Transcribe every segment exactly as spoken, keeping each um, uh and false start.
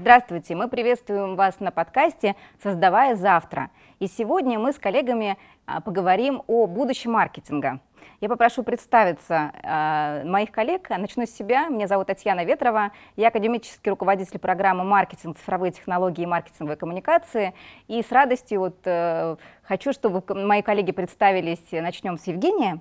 Здравствуйте, мы приветствуем вас на подкасте «Создавая завтра». И сегодня мы с коллегами поговорим о будущем маркетинга. Я попрошу представиться э, моих коллег. Начну с себя. Меня зовут Татьяна Ветрова. Я академический руководитель программы «Маркетинг, цифровые технологии и маркетинговые коммуникации». И с радостью вот, э, хочу, чтобы мои коллеги представились. Начнем с Евгения.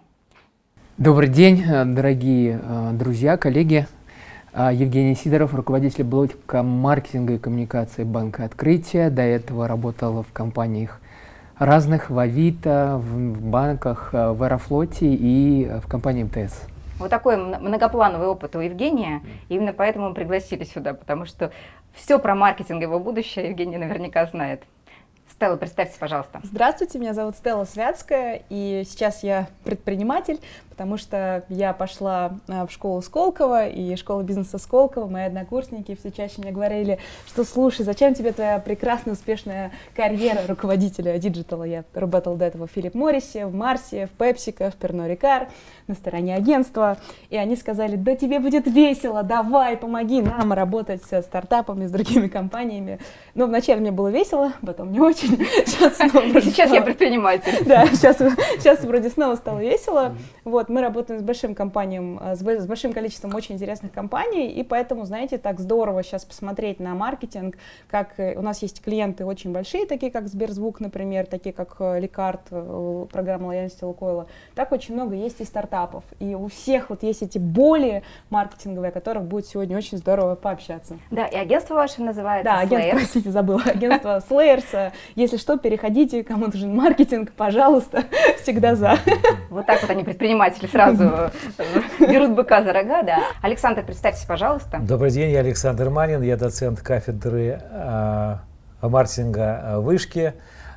Добрый день, дорогие друзья, коллеги. Евгений Сидоров, руководитель блока маркетинга и коммуникации Банка Открытия. До этого работал в компаниях разных, в Авито, в банках, в Аэрофлоте и в компании МТС. Вот такой многоплановый опыт у Евгения, именно поэтому мы пригласили сюда, потому что все про маркетинг и его будущее Евгений наверняка знает. Стелла, представьте, пожалуйста. Здравствуйте, меня зовут Стелла Святская, и сейчас я предприниматель, потому что я пошла в школу Сколково, и школа бизнеса Сколково. Мои однокурсники все чаще мне говорили, что слушай, зачем тебе твоя прекрасная, успешная карьера руководителя диджитала? Я работала до этого в Филипп Моррисе, в Марсе, в Пепсико, в Перно Рикар, на стороне агентства, и они сказали, да тебе будет весело, давай, помоги нам работать с стартапами, с другими компаниями. Но вначале мне было весело, потом не очень. Сейчас, снова сейчас я предприниматель. Да, сейчас, сейчас вроде снова стало весело. Вот, мы работаем с большим компанием, с, с большим количеством очень интересных компаний, и поэтому, знаете, так здорово сейчас посмотреть на маркетинг, как у нас есть клиенты очень большие, такие как Сберзвук, например, такие как Лекарт, программа лояльности Лукойла. Так очень много есть и стартапов. И у всех вот есть эти боли маркетинговые, о которых будет сегодня очень здорово пообщаться. Да, и агентство ваше называется Да, агентство, простите, забыла. Агентство Slayers. Если что, переходите, кому нужен маркетинг, пожалуйста, всегда за. Вот так вот они, предприниматели, сразу берут быка за рога, да. Александр, представьтесь, пожалуйста. Добрый день, я Александр Манин, я доцент кафедры э, маркетинга Вышки,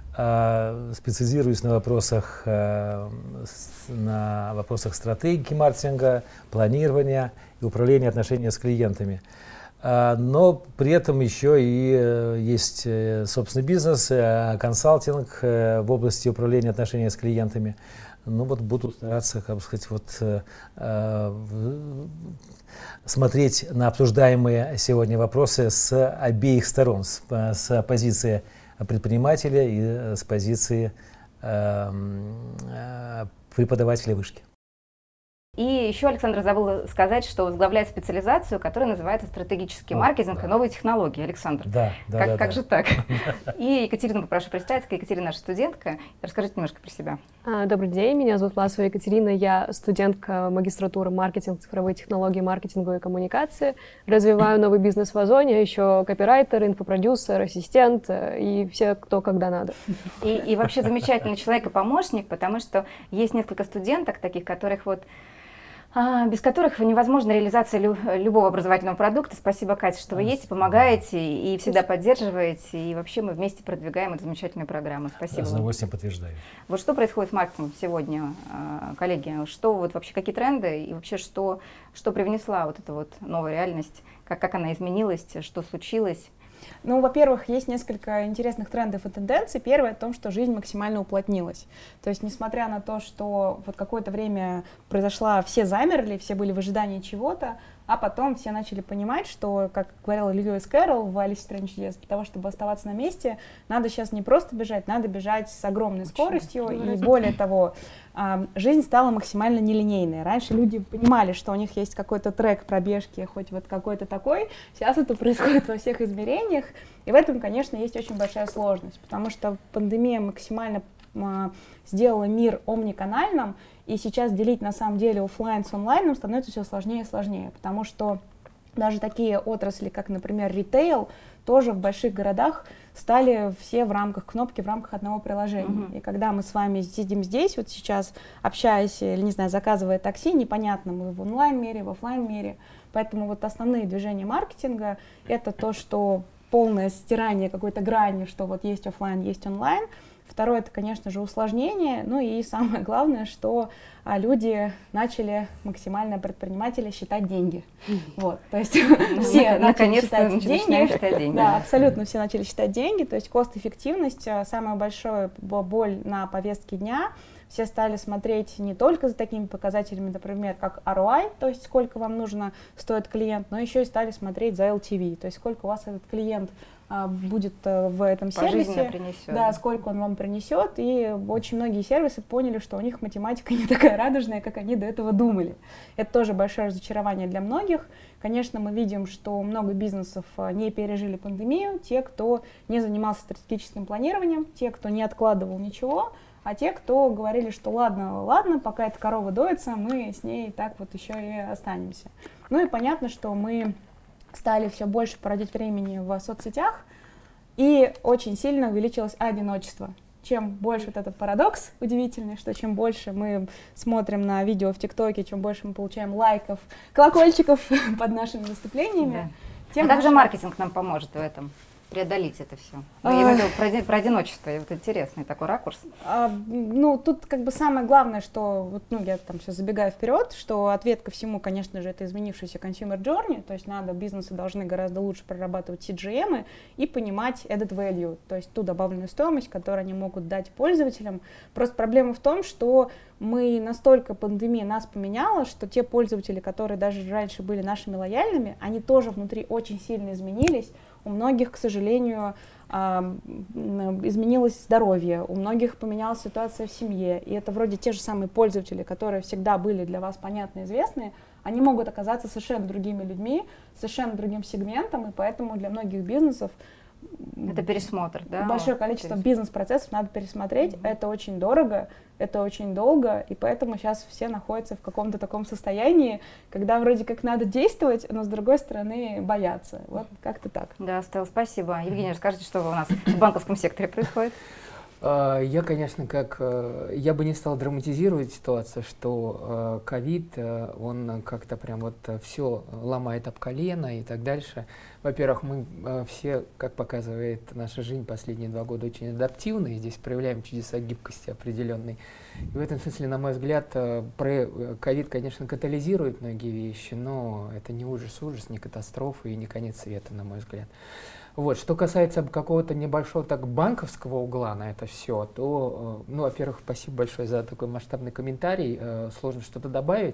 э, специализируюсь на вопросах, э, на вопросах стратегии маркетинга, планирования и управления отношениями с клиентами. Но при этом еще и есть собственный бизнес, консалтинг в области управления отношениями с клиентами. Ну вот буду стараться, как бы сказать, вот, смотреть на обсуждаемые сегодня вопросы с обеих сторон, с, с позиции предпринимателя и с позиции преподавателя вышки. И еще Александр забыл сказать, что возглавляет специализацию, которая называется стратегический О, маркетинг да. и новые технологии. Александр, да, да, как, да, как да. же так? И Екатерину попрошу представиться. Екатерина наша студентка. Расскажите немножко про себя. Добрый день, меня зовут Власова Екатерина. Я студентка магистратуры маркетинг, цифровые технологии, маркетинговые коммуникации. Развиваю новый бизнес в Озоне, еще копирайтер, инфопродюсер, ассистент и все, кто когда надо. И, и вообще замечательный человек и помощник, потому что есть несколько студенток таких, которых вот без которых невозможна реализация лю- любого образовательного продукта. Спасибо, Катя, что вы есть, помогаете и всегда поддерживаете. И вообще мы вместе продвигаем эту замечательную программу. Спасибо. С удовольствием подтверждаю. Вот что происходит с маркетингом сегодня, коллеги? Что вот вообще, какие тренды и вообще что, что привнесла вот эта вот новая реальность? Как, как она изменилась? Что случилось? Ну, во-первых, есть несколько интересных трендов и тенденций. Первое — в том, что жизнь максимально уплотнилась. То есть, несмотря на то, что вот какое-то время произошла, все замерли, все были в ожидании чего-то, а потом все начали понимать, что, как говорила Льюис Кэрролл в «Алисе в стране чудес», для того, чтобы оставаться на месте, надо сейчас не просто бежать, надо бежать с огромной скоростью. И более того, жизнь стала максимально нелинейной. Раньше люди понимали, что у них есть какой-то трек пробежки, хоть вот какой-то такой. Сейчас это происходит во всех измерениях. И в этом, конечно, есть очень большая сложность, потому что пандемия максимально сделала мир омниканальным, и сейчас делить на самом деле офлайн с онлайном становится все сложнее и сложнее, потому что даже такие отрасли, как, например, ритейл, тоже в больших городах стали все в рамках кнопки, в рамках одного приложения. Uh-huh. И когда мы с вами сидим здесь, вот сейчас, общаясь или, не знаю, заказывая такси, непонятно, мы в онлайн-мире, в офлайн-мире. Поэтому вот основные движения маркетинга — это то, что полное стирание какой-то грани, что вот есть офлайн, есть онлайн. Второе — это, конечно же, усложнение. Ну и самое главное, что а, люди начали, максимально предприниматели, считать деньги. Вот, то есть все начали считать деньги. Да, абсолютно все начали считать деньги. То есть кост-эффективность — самая большая боль на повестке дня. все стали смотреть не только за такими показателями, например, как ар о ай, то есть сколько вам нужно стоит клиент, но еще и стали смотреть за эл ти ви, то есть сколько у вас этот клиент а, будет а, в этом сервисе, принесет. Да, сколько он вам принесет, и очень многие сервисы поняли, что у них математика не такая радужная, как они до этого думали. Это тоже большое разочарование для многих. Конечно, мы видим, что много бизнесов не пережили пандемию, те, кто не занимался стратегическим планированием, те, кто не откладывал ничего, а те, кто говорили, что ладно, ладно, пока эта корова доится, мы с ней так вот еще и останемся. Ну и понятно, что мы стали все больше проводить времени в соцсетях, и очень сильно увеличилось одиночество. Чем больше вот этот парадокс удивительный, что чем больше мы смотрим на видео в ТикТоке, чем больше мы получаем лайков, колокольчиков под нашими выступлениями, Да. тем А также больше... маркетинг нам поможет в этом, преодолеть это все. Я имею в виду про, оди- про одиночество, и вот интересный такой ракурс. А, ну, тут как бы самое главное, что, вот, ну, я там сейчас забегаю вперед, что ответ ко всему, конечно же, это изменившийся consumer journey, то есть надо, бизнесы должны гораздо лучше прорабатывать си джи эм и понимать added value, то есть ту добавленную стоимость, которую они могут дать пользователям. Просто проблема в том, что мы настолько, пандемия нас поменяла, что те пользователи, которые даже раньше были нашими лояльными, они тоже внутри очень сильно изменились. У многих, к сожалению, изменилось здоровье, у многих поменялась ситуация в семье, и это вроде те же самые пользователи, которые всегда были для вас понятны и известны, они могут оказаться совершенно другими людьми, совершенно другим сегментом, и поэтому для многих бизнесов Это пересмотр, да? большое вот, количество перес- бизнес-процессов надо пересмотреть, Мгм. это очень дорого, это очень долго, и поэтому сейчас все находятся в каком-то таком состоянии, когда вроде как надо действовать, но с другой стороны бояться. Вот как-то так. Да, Стелла, спасибо. Евгений, расскажите, что у нас в банковском секторе происходит? А, Я, конечно, как э, я бы не стал драматизировать ситуацию, что ковид, он как-то прям вот все ломает об колено и так дальше. Во-первых, мы э, все, как показывает наша жизнь последние два года, очень адаптивны, и здесь проявляем чудеса гибкости определенной. И в этом смысле, на мой взгляд, э, про- ковид, конечно, катализирует многие вещи, но это не ужас-ужас, не катастрофа и не конец света, на мой взгляд. Вот. Что касается какого-то небольшого так банковского угла на это все, то, э, ну, во-первых, спасибо большое за такой масштабный комментарий, э, сложно что-то добавить.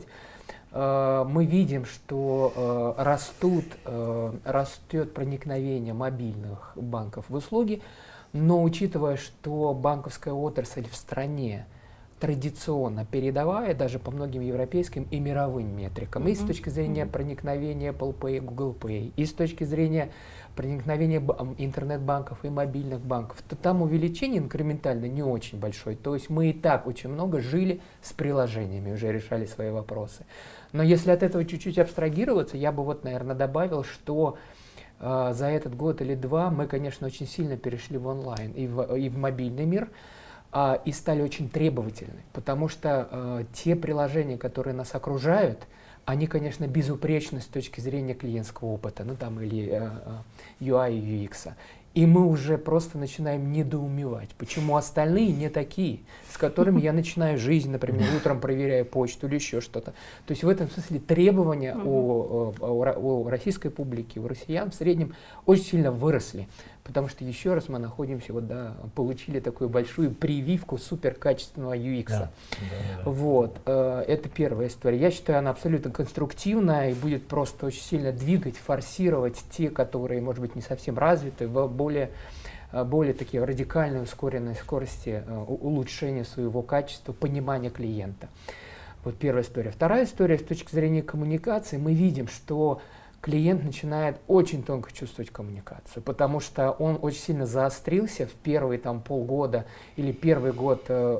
Э, мы видим, что э, растут, э, растет проникновение мобильных банков в услуги, но учитывая, что банковская отрасль в стране традиционно передовая даже по многим европейским и мировым метрикам, и с Мгм. точки зрения Мгм. проникновения Apple Pay, Google Pay, и с точки зрения проникновения ба- м, интернет-банков и мобильных банков, то там увеличение инкрементально не очень большое. То есть мы и так очень много жили с приложениями, уже решали свои вопросы. Но если от этого чуть-чуть абстрагироваться, я бы вот, наверное, добавил, что э, за этот год или два мы, конечно, очень сильно перешли в онлайн и в, и в мобильный мир, а, и стали очень требовательны, потому что э, те приложения, которые нас окружают, они, конечно, безупречны с точки зрения клиентского опыта, ну там или э, э, ю ай и ю экс. И мы уже просто начинаем недоумевать, почему остальные не такие, с которыми я начинаю жизнь, например, утром проверяю почту или еще что-то. То есть в этом смысле требования Мгм. у, о- о ро- у российской публики, у россиян в среднем очень сильно выросли. Потому что еще раз мы находимся, вот, да, получили такую большую прививку суперкачественного ю экс. Да, да, да. Вот, э, это первая история. Я считаю, она абсолютно конструктивная и будет просто очень сильно двигать, форсировать те, которые, может быть, не совсем развиты, в более, э, более такие радикальные, ускоренные скорости э, у- улучшения своего качества, понимания клиента. Вот первая история. Вторая история, с точки зрения коммуникации, мы видим, что клиент начинает очень тонко чувствовать коммуникацию, потому что он очень сильно заострился в первые там, полгода или первый год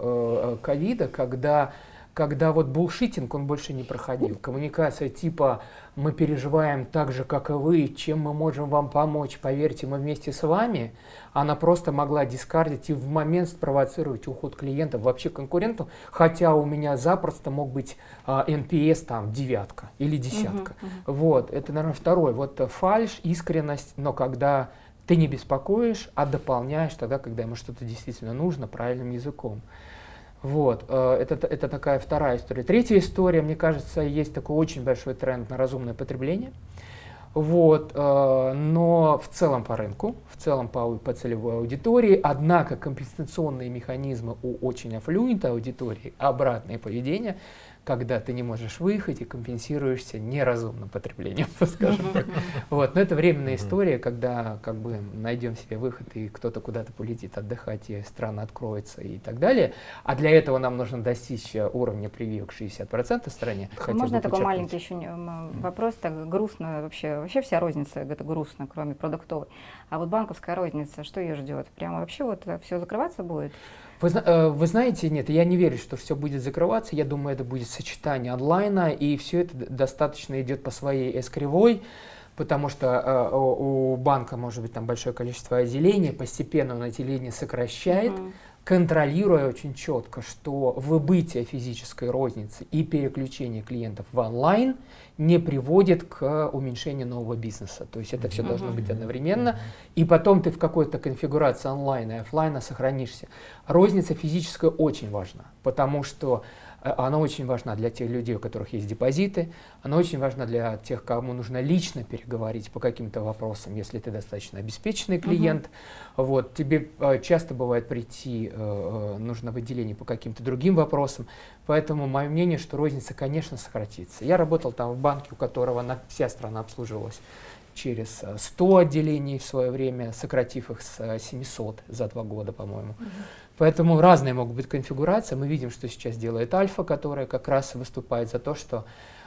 ковида, когда, когда вот булшитинг он больше не проходил. Коммуникация типа «мы переживаем так же, как и вы, чем мы можем вам помочь, поверьте, мы вместе с вами», она просто могла дискардить и в момент спровоцировать уход клиента вообще конкуренту, хотя у меня запросто мог быть а, эн пи эс там девятка или десятка. Мгм, Вот, это, наверное, второй. Вот э, фальшь, искренность, но когда ты не беспокоишь, а дополняешь тогда, когда ему что-то действительно нужно, правильным языком. Вот, э, это, т- это такая вторая история. Третья история, мне кажется, есть такой очень большой тренд на разумное потребление. Вот, э, но в целом по рынку, в целом по, по целевой аудитории, однако компенсационные механизмы у очень аффлюент аудитории, обратное поведение, когда ты не можешь выехать и компенсируешься неразумным потреблением, скажем так. Вот. Но это временная история, когда как бы найдем себе выход, и кто-то куда-то полетит отдыхать, и страна откроется и так далее. А для этого нам нужно достичь уровня прививок шестьдесят процентов в стране. А можно такой маленький еще вопрос? Так грустно вообще, вообще вся розница, это грустно, кроме продуктовой. А вот банковская розница, что ее ждет? Прямо вообще вот все закрываться будет? Вы, вы знаете, нет, я не верю, что все будет закрываться. Я думаю, это будет сочетание онлайна, и все это достаточно идет по своей эс-кривой, потому что э, у банка может быть там большое количество отделений, постепенно он отделение сокращает, uh-huh. контролируя очень четко, что выбытие физической розницы и переключение клиентов в онлайн не приводит к уменьшению нового бизнеса. То есть это все uh-huh. должно быть одновременно, uh-huh. и потом ты в какой-то конфигурации онлайна и офлайна сохранишься. Розница физическая очень важна, потому что она очень важна для тех людей, у которых есть депозиты, она очень важна для тех, кому нужно лично переговорить по каким-то вопросам, если ты достаточно обеспеченный клиент. Uh-huh. Вот, тебе э, часто бывает прийти, э, нужно в отделение по каким-то другим вопросам, поэтому мое мнение, что розница, конечно, сократится. Я работал там в банке, у которого на, вся страна обслуживалась через сто отделений в свое время, сократив их с семисот за два года, по-моему. Uh-huh. Поэтому разные могут быть конфигурации. Мы видим, что сейчас делает Альфа, которая как раз выступает за то, что,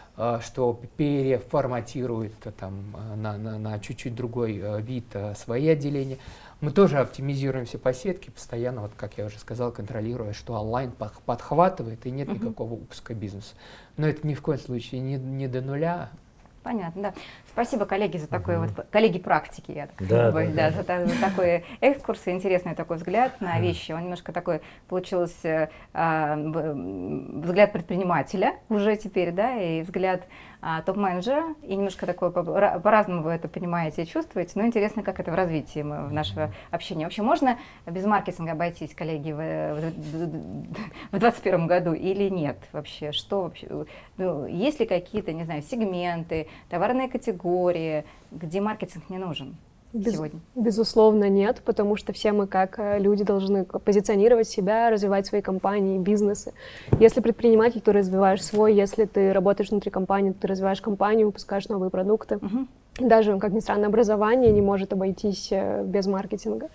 что переформатирует там, на, на, на чуть-чуть другой вид свои отделения. Мы тоже оптимизируемся по сетке, постоянно, вот, как я уже сказал, контролируя, что онлайн подхватывает и нет uh-huh. никакого упуска бизнеса. Но это ни в коем случае не, не до нуля. Понятно, да. Спасибо, коллеги, за такой uh-huh. вот, коллеги практики, я так да, говорю, да, да, да. За, за такой экскурс и интересный такой взгляд на вещи. Он немножко такой получился а, взгляд предпринимателя уже теперь, да, и взгляд а, топ-менеджера, и немножко такой по- по-разному вы это понимаете и чувствуете, но интересно, как это в развитии мы, в нашего общения. Вообще можно без маркетинга обойтись, коллеги, в, в двадцать первом году или нет вообще? Что вообще? Ну, есть ли какие-то, не знаю, сегменты, товарные категории, где маркетинг не нужен Без, сегодня? Безусловно, нет, потому что все мы как люди должны позиционировать себя, развивать свои компании, бизнесы. Если предприниматель, то развиваешь свой, если ты работаешь внутри компании, то ты развиваешь компанию, выпускаешь новые продукты. Угу. Даже, как ни странно, образование не может обойтись без маркетинга.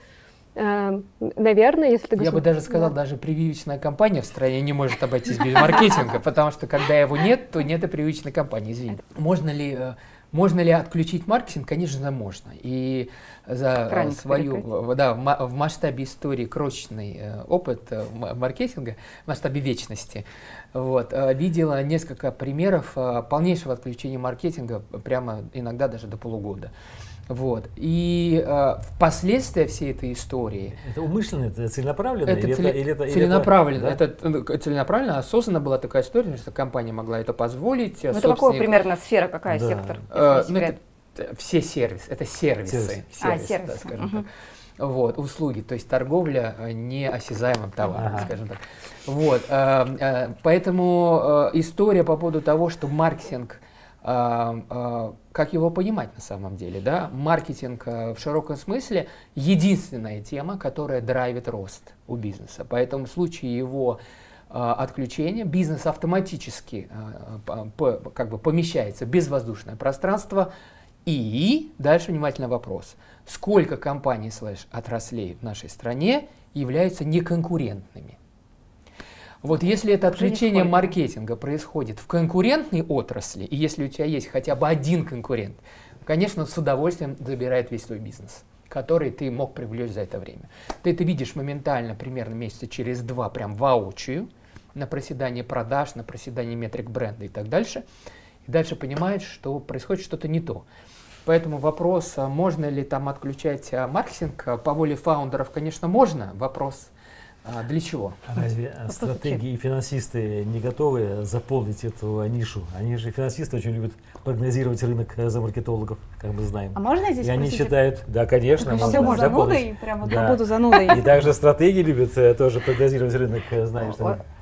Наверное, если ты... Я бы даже сказал, да. даже прививочная кампания в стране не может обойтись без маркетинга, потому что когда его нет, то нет и прививочной кампании, извините. Можно ли, можно ли отключить маркетинг? Конечно, можно. И за Краник свою, да, в масштабе истории крошечный опыт маркетинга, в масштабе вечности, вот, видела несколько примеров полнейшего отключения маркетинга, прямо иногда даже до полугода. Вот. И э, впоследствии всей этой истории... Это умышленно, это целенаправленно? Это, или цели, это, или это, целенаправленно. Или это, это целенаправленно, осознанно была такая история, что компания могла это позволить. Ну, это какая примерно сфера, какая да. сектор? Э, ну, это, все сервисы, это сервисы. Сервис. сервисы, а, сервисы. Да, скажем угу. так. Вот, услуги, то есть торговля неосязаемым товаром, ага. скажем так. Вот, э, э, поэтому э, история по поводу того, что маркетинг, э, э, как его понимать на самом деле, да? Маркетинг э, в широком смысле единственная тема, которая драйвит рост у бизнеса. Поэтому в случае его э, отключения бизнес автоматически э, по, как бы помещается в безвоздушное пространство. И дальше внимательно вопрос. Сколько компаний слэш отраслей в нашей стране являются неконкурентными? Вот если это отключение маркетинга происходит в конкурентной отрасли, и если у тебя есть хотя бы один конкурент, конечно, с удовольствием забирает весь твой бизнес, который ты мог привлечь за это время. Ты это видишь моментально, примерно месяца через два, прям воочию, на проседание продаж, на проседание метрик бренда и так дальше. И дальше понимаешь, что происходит что-то не то. Поэтому вопрос, можно ли там отключать маркетинг, по воле фаундеров, конечно, можно. Вопрос, для чего? А разве стратегии и финансисты не готовы заполнить эту нишу? Они же, финансисты, очень любят прогнозировать рынок за маркетологов, как мы знаем. А можно здесь И они спросить? считают, да, конечно, Все, можно занудой, прям вот да. побуду занудой. И также стратегии любят тоже прогнозировать рынок, знаешь, что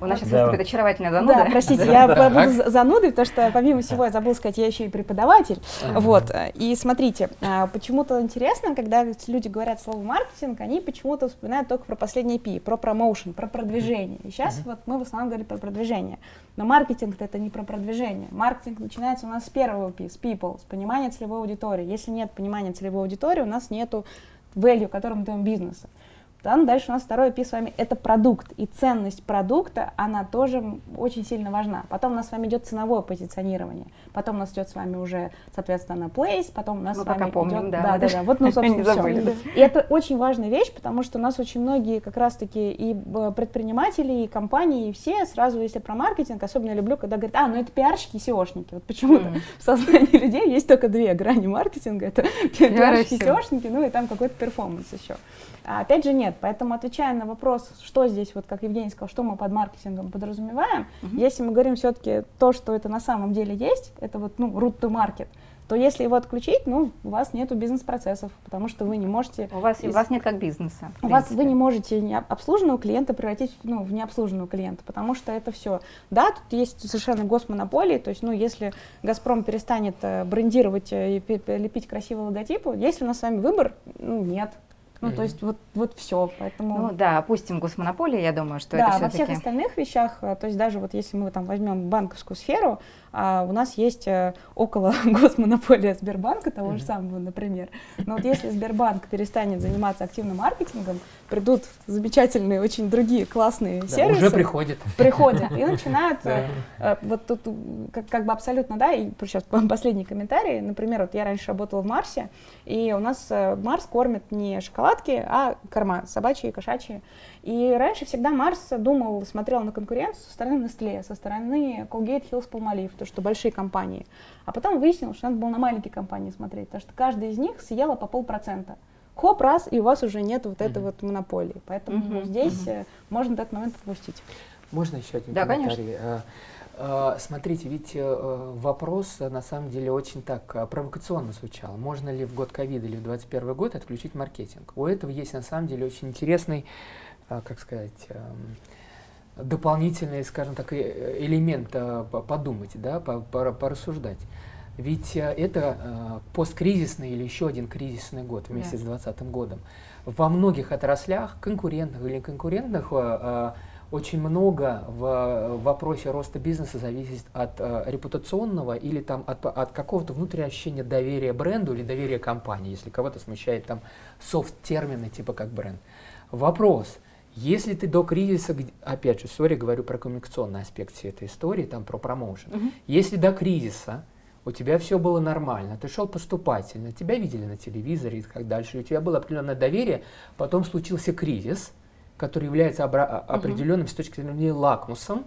У нас сейчас Да. выступит очаровательная зануда. Да, простите, я буду за- занудой, потому что, помимо всего, я забыла сказать, я еще и преподаватель. Вот. И смотрите, а, почему-то интересно, когда люди говорят слово маркетинг, они почему-то вспоминают только про последний пи, про промоушен, про продвижение. И сейчас вот мы в основном говорим про продвижение. Но маркетинг это не про продвижение. Маркетинг начинается у нас с первого пи, с people, с понимания целевой аудитории. Если нет понимания целевой аудитории, у нас нету value, который мы даем бизнесу. Там дальше у нас второй пи с вами — это продукт. И ценность продукта, она тоже очень сильно важна. Потом у нас с вами идет ценовое позиционирование. Потом у нас идет с вами уже, соответственно, place. Потом у нас Мы с вами пока помним, идет... да. Да, да, да. Вот, ну, собственно, Не забыли, всё. И это очень важная вещь, потому что у нас очень многие как раз-таки и э, предприниматели, и компании, и все сразу, если про маркетинг, особенно я люблю, когда говорят, а, ну это пиарщики и сеошники. Вот почему-то Мгм. в сознании людей есть только две грани маркетинга. Это пиарщики и всё. сеошники, ну и там какой-то перформанс еще. А опять же нет, поэтому отвечая на вопрос, что здесь, вот как Евгений сказал, что мы под маркетингом подразумеваем, Мгм. если мы говорим все-таки то, что это на самом деле есть, это вот, ну, route to market, то если его отключить, ну, у вас нету бизнес-процессов, потому что вы не можете... У вас, у из- вас нет как бизнеса. в у вас вы принципе. не можете не об- обслуженного клиента превратить, ну, в необслуженного клиента, потому что это все. Да, тут есть совершенно госмонополии, то есть, ну, если «Газпром» перестанет э, брендировать э, и пи- пи- лепить красивые логотипы, есть ли у нас с вами выбор? Ну, нет. Ну, то Мгм. есть вот, вот все, поэтому... Ну да, опустим госмонополию, я думаю, что да, это во все-таки... всех остальных вещах, э, то есть даже вот если мы там возьмем банковскую сферу, а, у нас есть э, около госмонополия Сбербанка, того же самого, например. Но вот если Сбербанк перестанет заниматься активным маркетингом, придут замечательные, очень другие классные Да, сервисы. уже приходит. Приходят и начинают, Да. э, э, вот тут э, как, как бы абсолютно, да, и сейчас последний комментарий, например, вот я раньше работала в Марсе, и у нас э, Марс кормит не шоколадки, а корма собачьи и кошачьи. И раньше всегда Марс думал, смотрел на конкуренцию со стороны Nestlé, со стороны Colgate, Hills, Palmolive, то, что большие компании. А потом выяснилось, что надо было на маленькие компании смотреть, потому что каждая из них съела по полпроцента. Хоп, раз, и у вас уже нет вот этой Мгм. вот монополии. Поэтому Мгм, вот здесь мгм. э, можно этот момент отпустить. Можно еще один Да, комментарий? А, а, Смотрите, ведь э, вопрос э, на самом деле очень так э, провокационно звучал. Можно ли в год ковида или в двадцать первый год отключить маркетинг? У этого есть на самом деле очень интересный, э, как сказать, эм, дополнительный, скажем так, э, элемент э, по- подумать, да, по- пора- порассуждать. Ведь э, это э, посткризисный или еще один кризисный год вместе Да. с двадцатым годом. Во многих отраслях, конкурентных или конкурентных, э, э, очень много в вопросе роста бизнеса зависит от э, репутационного или там от, от какого-то внутреннего ощущения доверия бренду или доверия компании, если кого-то смущает там софт-термины типа как бренд. Вопрос. Если ты до кризиса, г- опять же, сори, говорю про коммуникационный аспект всей этой истории, там про промоушен. Мгм. Если до кризиса у тебя все было нормально, ты шел поступательно, тебя видели на телевизоре и так дальше, у тебя было определенное доверие, потом случился кризис, который является обра- определенным с точки зрения лакмусом,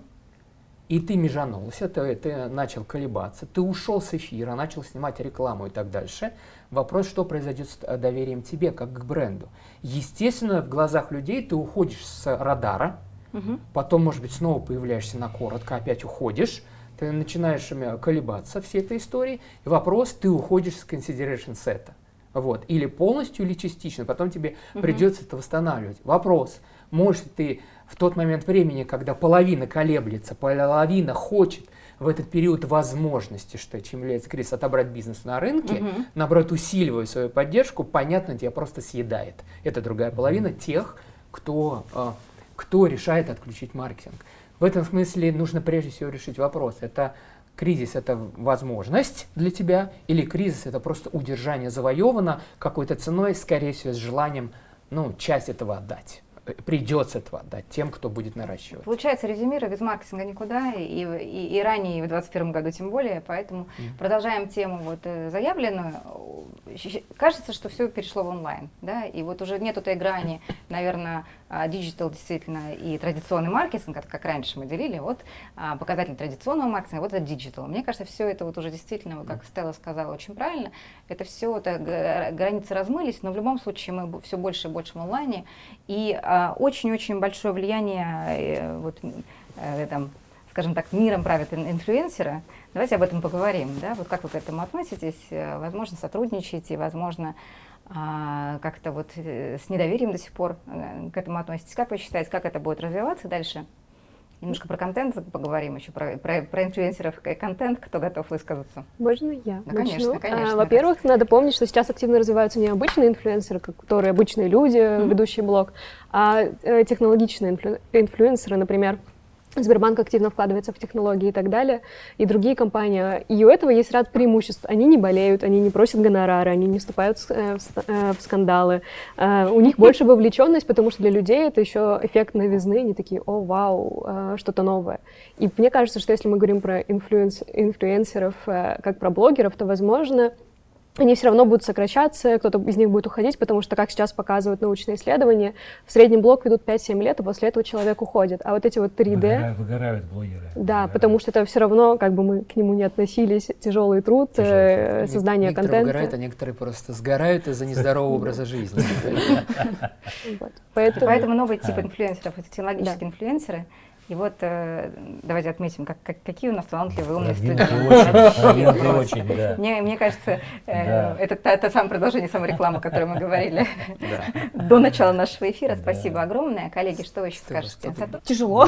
и ты межанулся, ты, ты начал колебаться, ты ушел с эфира, начал снимать рекламу и так дальше. Вопрос, что произойдет с э, доверием тебе, как к бренду. Естественно, в глазах людей ты уходишь с радара, Мгм. потом, может быть, снова появляешься на коротко, опять уходишь, ты начинаешь м, колебаться всей этой истории, и вопрос, ты уходишь с consideration сета. Вот. Или полностью, или частично. Потом тебе Мгм. придется это восстанавливать. Вопрос, можешь ли ты в тот момент времени, когда половина колеблется, половина хочет в этот период возможности, что чем является кризис, отобрать бизнес на рынке, Мгм. наоборот, усиливая свою поддержку, понятно, тебя просто съедает. Это другая половина тех, кто, э, кто решает отключить маркетинг. В этом смысле нужно прежде всего решить вопрос. Это кризис — это возможность для тебя, или кризис — это просто удержание завоевано какой-то ценой, скорее всего, с желанием, ну, часть этого отдать. Э, Придется этого отдать тем, кто будет наращивать. Получается, резюмируя, без маркетинга никуда, и, и, и ранее, и в двадцать первом году тем более, поэтому Мгм. продолжаем тему вот, э, заявленную. Щ- Кажется, что все перешло в онлайн, да, и вот уже нет этой грани, наверное, диджитал действительно и традиционный маркетинг, это как раньше мы делили, вот а, показатель традиционного маркетинга, вот это диджитал. Мне кажется, все это вот уже действительно, вот как Стелла сказала очень правильно, это все, это г- границы размылись, но в любом случае мы все больше и больше в онлайне, и а, очень-очень большое влияние, э, вот, э, там, скажем так, миром правят ин- инфлюенсеры. Давайте об этом поговорим, да, вот как вы к этому относитесь, Э, возможно, сотрудничаете, возможно, а, как-то вот э, с недоверием до сих пор э, к этому относитесь. Как вы считаете, как это будет развиваться дальше? Немножко про контент поговорим еще, про, про, про инфлюенсеров и контент. Кто готов высказаться? Можно я Да, начну? конечно, конечно. А, во-первых, надо помнить, что сейчас активно развиваются не обычные инфлюенсеры, которые обычные люди, mm-hmm. ведущие блог, а э, технологичные инфлю- инфлюенсеры, например, Сбербанк активно вкладывается в технологии и так далее, и другие компании. И у этого есть ряд преимуществ. Они не болеют, они не просят гонорары, они не вступают в скандалы. У них больше вовлеченность, потому что для людей это еще эффект новизны. Они такие: о, вау, что-то новое. И мне кажется, что если мы говорим про инфлюенс, инфлюенсеров как про блогеров, то, возможно, они все равно будут сокращаться, кто-то из них будет уходить, потому что, как сейчас показывают научные исследования, в среднем блог ведут пять-семь лет, и после этого человек уходит. А вот эти вот три дэ... Выгорают, выгорают блогеры. Да, выгорают. Потому что это все равно, как бы мы к нему не относились, тяжелый труд, тяжелый труд. создание некоторые контента. Некоторые выгорают, а некоторые просто сгорают из-за нездорового образа жизни. Поэтому новый тип инфлюенсеров — это технологические инфлюенсеры. И вот э, давайте отметим, как, как, какие у нас талантливые, умные студенты. Очень, да. Мне, мне кажется, э, Да. это та, та самое продолжение самой рекламы, о которой мы говорили до начала нашего эфира. Спасибо огромное. Коллеги, что вы еще скажете? Тяжело,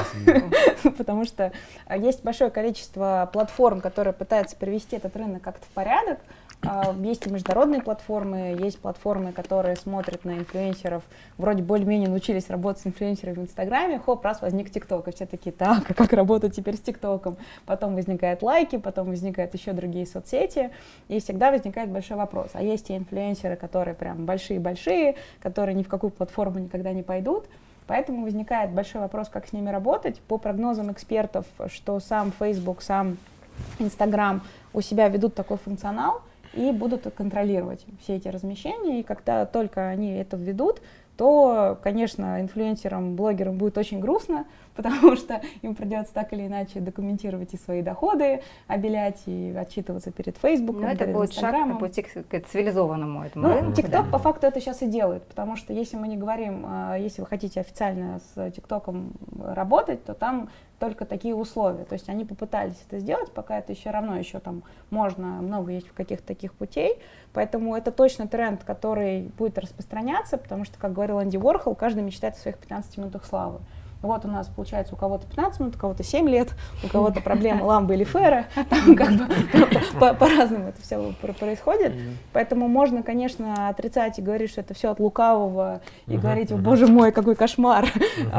потому что есть большое количество платформ, которые пытаются привести этот рынок как-то в порядок. Есть и международные платформы, есть платформы, которые смотрят на инфлюенсеров, вроде более-менее научились работать с инфлюенсерами в Инстаграме, хоп, раз возник ТикТок, и все такие: так, а как работать теперь с ТикТоком? Потом возникают лайки, потом возникают еще другие соцсети, и всегда возникает большой вопрос. А есть и инфлюенсеры, которые прям большие-большие, которые ни в какую платформу никогда не пойдут, поэтому возникает большой вопрос, как с ними работать. По прогнозам экспертов, что сам Facebook, сам Instagram у себя ведут такой функционал, и будут контролировать все эти размещения. И когда только они это введут, то, конечно, инфлюенсерам, блогерам будет очень грустно, потому что им придется так или иначе документировать и свои доходы, обелять и отчитываться перед Фейсбуком, Но это перед будет Инстаграмом. шаг по пути к цивилизованному этому Ну, рынку. ТикТок по факту это сейчас и делает, потому что если мы не говорим, если вы хотите официально с ТикТоком работать, то там только такие условия. То есть они попытались это сделать, пока это еще равно, еще там можно, много есть каких-то таких путей. Поэтому это точно тренд, который будет распространяться, потому что, как говорил Энди Уорхол, каждый мечтает о своих пятнадцати минутах славы. Вот у нас получается у кого-то пятнадцать минут, у кого-то семь лет, у кого-то проблема ламбы или фера, там как бы по- по-разному это все происходит. Поэтому можно, конечно, отрицать и говорить, что это все от лукавого, и говорить: о, боже мой, какой кошмар,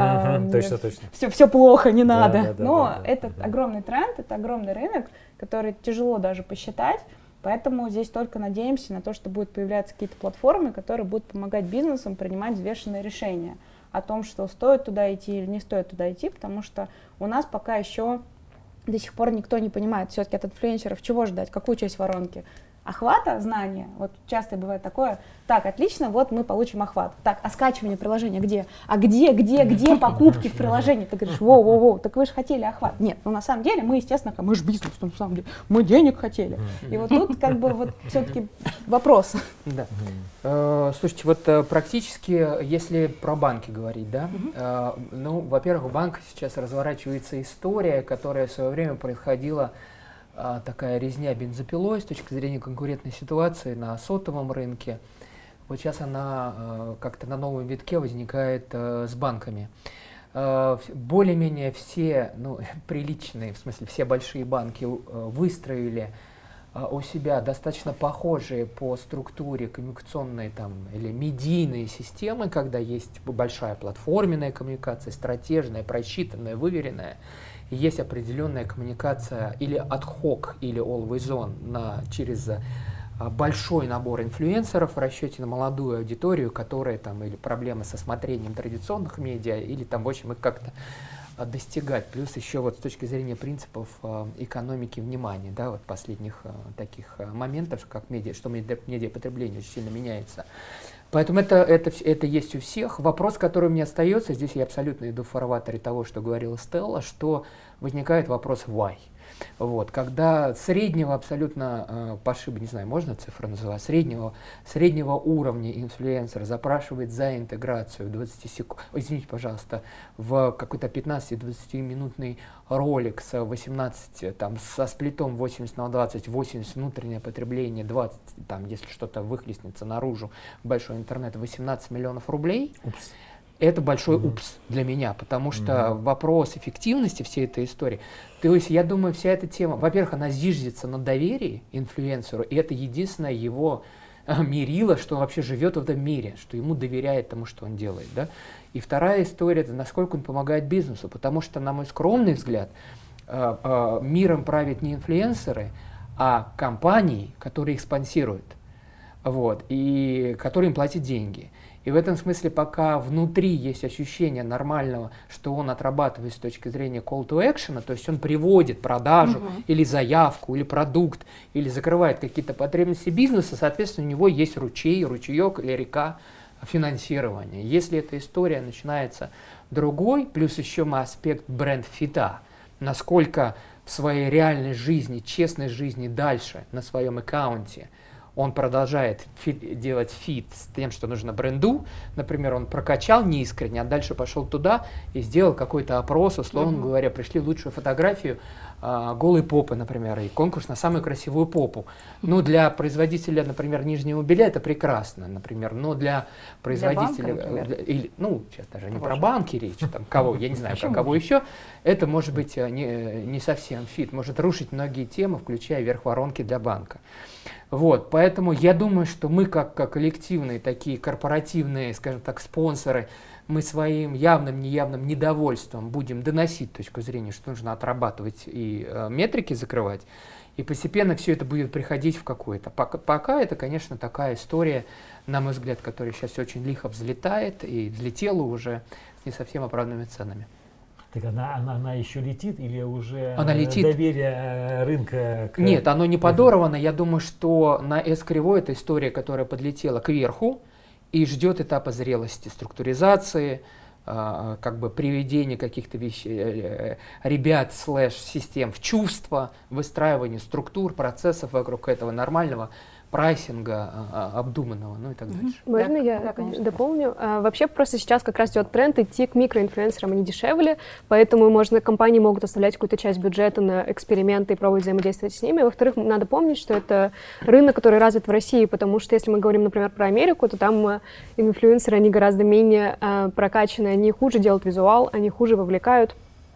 Точно, точно. все, все плохо, не Да, надо. да, да, Но да, да, это да. огромный тренд, это огромный рынок, который тяжело даже посчитать. Поэтому здесь только надеемся на то, что будут появляться какие-то платформы, которые будут помогать бизнесам принимать взвешенные решения о том, что стоит туда идти или не стоит туда идти, потому что у нас пока еще до сих пор никто не понимает все-таки от инфлюенсеров, чего ждать, какую часть воронки. Охвата, знания, вот часто бывает такое: так, отлично, вот мы получим охват. Так, а скачивание приложения где? А где, где, где покупки в приложении? Ты говоришь: воу-воу-воу, так вы же хотели охват. Нет, ну на самом деле мы, естественно, мы же бизнес, на самом деле, мы денег хотели. И вот тут как бы вот все-таки вопрос. Да. Э, Слушайте, вот э, практически, если про банки говорить, да, э, ну, во-первых, в банках сейчас разворачивается история, которая в свое время происходила, э, такая резня бензопилой с точки зрения конкурентной ситуации на сотовом рынке. Вот сейчас она э, как-то на новом витке возникает э, с банками. Э, в- более-менее все, ну, приличные, в смысле, все большие банки э, выстроили э, у себя достаточно похожие по структуре коммуникационные там, или медийные системы, когда есть большая платформенная коммуникация, стратежная, просчитанная, выверенная. И есть определенная коммуникация или ad hoc, или always on на, через а, большой набор инфлюенсеров в расчете на молодую аудиторию, которая там или проблемы со смотрением традиционных медиа, или там, в общем, их как-то а, достигать. Плюс еще вот с точки зрения принципов а, экономики внимания, да, вот последних а, таких а, моментов, как медиа, что медиа, медиапотребление очень сильно меняется. Поэтому это, это, вс- это есть у всех. Вопрос, который у меня остается, здесь я абсолютно иду в фарватере того, что говорила Стелла, что возникает вопрос why. Вот, когда среднего абсолютно э, пошиба, не знаю, можно цифру называть, среднего, среднего уровня инфлюенсер запрашивает за интеграцию двадцать секунд, извините, пожалуйста, в какой-то пятнадцати-двадцатиминутный ролик с восемнадцати, там, со сплитом восемьдесят на двадцать, восемьдесят внутреннее потребление, двадцать, там, если что-то выхлестнется наружу, в большой интернет, восемнадцать миллионов рублей. это большой упс для меня, потому что mm-hmm. вопрос эффективности всей этой истории, то есть я думаю, вся эта тема, во-первых, она зиждется на доверии инфлюенсеру, и это единственное его мерило, что он вообще живет в этом мире, что ему доверяет тому, что он делает. Да? И вторая история, это насколько он помогает бизнесу, потому что, на мой скромный взгляд, миром правят не инфлюенсеры, а компании, которые их спонсируют, вот, и которые им платят деньги. И в этом смысле, пока внутри есть ощущение нормального, что он отрабатывает с точки зрения call to action, то есть он приводит продажу uh-huh. или заявку, или продукт, или закрывает какие-то потребности бизнеса, соответственно, у него есть ручей, ручеек или река финансирования. Если эта история начинается другой, плюс еще аспект бренд-фита, насколько в своей реальной жизни, честной жизни дальше на своем аккаунте он продолжает фит, делать фит с тем, что нужно бренду. Например, он прокачал неискренне, а дальше пошел туда и сделал какой-то опрос, условно uh-huh. говоря, пришли лучшую фотографию а, голой попы, например, и конкурс на самую красивую попу. Ну, для производителя, например, нижнего белья это прекрасно, например, но для производителя, для банка, для, или, ну, сейчас даже не про банки речь, там, кого, я не знаю, про кого еще, это может быть не, не совсем фит, может рушить многие темы, включая верх воронки для банка. Вот, поэтому я думаю, что мы как, как коллективные такие корпоративные, скажем так, спонсоры, мы своим явным, неявным недовольством будем доносить точку зрения, что нужно отрабатывать и э, метрики закрывать, и постепенно все это будет приходить в какое-то. Пока, пока это, конечно, такая история, на мой взгляд, которая сейчас очень лихо взлетает и взлетела уже с не совсем оправданными ценами. Так она, она, она еще летит или уже она летит. Доверие рынка? К... Нет, оно не подорвано. Я думаю, что на S-кривой это история, которая подлетела кверху и ждет этапа зрелости, структуризации, э, как бы приведения каких-то вещей, э, ребят, слэш-систем в чувство, выстраивания структур, процессов вокруг этого нормального прайсинга а, обдуманного, ну и так дальше. Можно да, я да, дополню? А, вообще просто сейчас как раз идет тренд идти к микроинфлюенсерам, они дешевле, поэтому можно, компании могут оставлять какую-то часть бюджета на эксперименты и пробовать взаимодействовать с ними. Во-вторых, надо помнить, что это рынок, который развит в России, потому что если мы говорим, например, про Америку, то там инфлюенсеры, они гораздо менее а, прокачанные, они хуже делают визуал, они хуже вовлекают.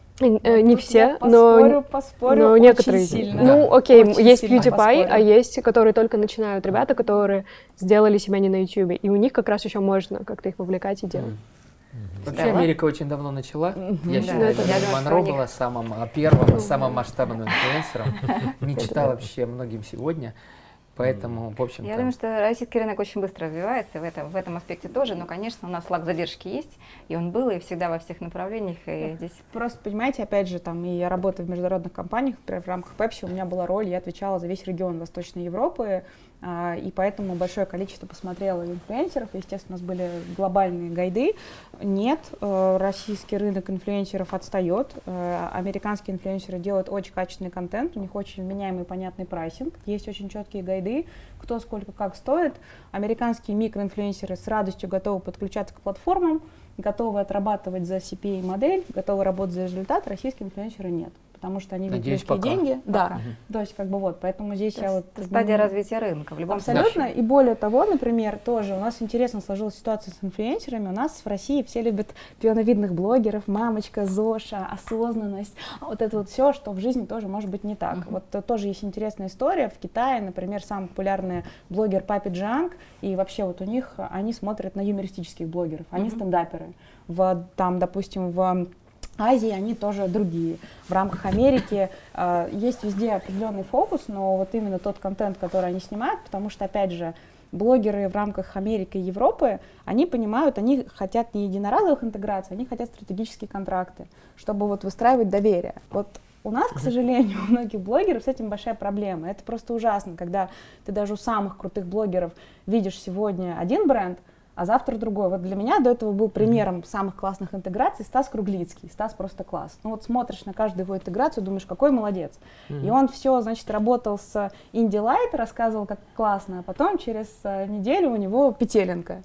Не все, поспорю, но, поспорю но некоторые. Сильно. Ну, Да. окей, Очень есть PewDiePie, PewDiePie, а есть, которые только начинают ребята, которые сделали себя не на YouTube, и у них как раз еще можно как-то их вовлекать и делать. Mm-hmm. Вообще да, Америка очень давно начала. Mm-hmm. Я да, считаю, что Мэрилин Монро была самым первым, самым масштабным инфлюенсером. Не читал вообще многим сегодня. Поэтому, в общем-то... Я думаю, что российский рынок очень быстро развивается в этом, в этом аспекте тоже, но, конечно, у нас флаг задержки есть, и он был, и всегда во всех направлениях, и здесь... Просто, понимаете, опять же, там, и я работаю в международных компаниях, например, в рамках Pepsi у меня была роль, я отвечала за весь регион Восточной Европы, а, и поэтому большое количество посмотрела инфлюенсеров, естественно, у нас были глобальные гайды. Нет, э, российский рынок инфлюенсеров отстает, э, американские инфлюенсеры делают очень качественный контент, у них очень вменяемый, понятный прайсинг, есть очень четкие гайды, кто сколько как стоит. Американские микроинфлюенсеры с радостью готовы подключаться к платформам, готовы отрабатывать за си пи эй-модель, готовы работать за результат, российские инфлюенсеры нет. Потому что они видят легкие деньги. Да, пока. То есть как бы вот, поэтому здесь То я вот... Стадия ну, развития рынка в любом абсолютно. случае. Абсолютно. И более того, например, тоже у нас интересно сложилась ситуация с инфлюенсерами. У нас в России все любят пионовидных блогеров, мамочка, Зоша, осознанность. Вот это вот все, что в жизни тоже может быть не так. Uh-huh. Вот тоже есть интересная история. В Китае, например, самый популярный блогер Папи Джанг, и вообще вот у них, они смотрят на юмористических блогеров, они uh-huh. стендаперы. В, там, допустим, в Азии они тоже другие. В рамках Америки э, есть везде определенный фокус, но вот именно тот контент, который они снимают, потому что, опять же, блогеры в рамках Америки и Европы, они понимают, они хотят не единоразовых интеграций, они хотят стратегические контракты, чтобы вот выстраивать доверие. Вот у нас, к сожалению, у многих блогеров с этим большая проблема. Это просто ужасно, когда ты даже у самых крутых блогеров видишь сегодня один бренд, а завтра другой. Вот для меня до этого был примером самых классных интеграций Стас Круглицкий. Стас просто класс. Ну вот смотришь на каждую его интеграцию, думаешь, какой молодец. Mm-hmm. И он все, значит, работал с Инди Лайт, рассказывал, как классно, а потом через неделю у него петелинка.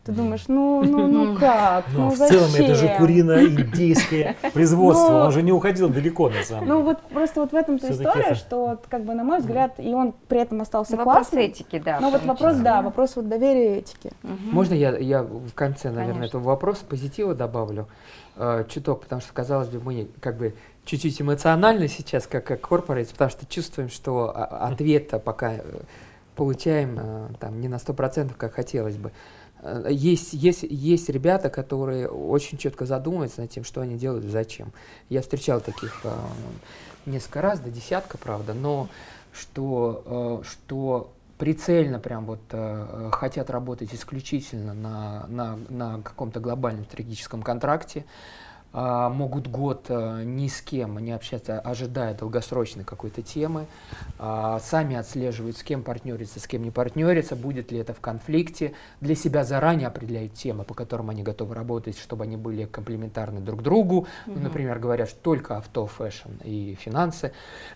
Ты думаешь, ну, ну, ну как, Но ну в целом зачем? это же курино-индейское производство, Ну, он же не уходил далеко на самом деле. Ну вот просто вот в этом-то Всё-таки история, это- что вот, как бы на мой взгляд, и он при этом остался Вопрос классным. этики, да. Но в вот том вопрос, числе. да, вопрос вот доверия и этики. Мгм. Можно я, я в конце, наверное, Конечно. этого вопроса позитива добавлю э, чуток, потому что, казалось бы, мы как бы чуть-чуть эмоционально сейчас, как, как корпорейт, потому что чувствуем, что а- ответа пока э, получаем э, там, не на сто процентов, как хотелось бы. Э, Есть, есть, есть ребята, которые очень четко задумываются над тем, что они делают и зачем. Я встречал таких э, несколько раз, до десятка, правда, но что, э, что прицельно прям вот э, хотят работать исключительно на, на, на каком-то глобальном стратегическом контракте, а, могут год а, ни с кем не общаться, ожидая долгосрочной какой-то темы, а, сами отслеживают, с кем партнериться, с кем не партнериться, будет ли это в конфликте, для себя заранее определяют темы, по которым они готовы работать, чтобы они были комплементарны друг другу. Ну, Мгм. например, говорят, что только авто, фэшн и финансы.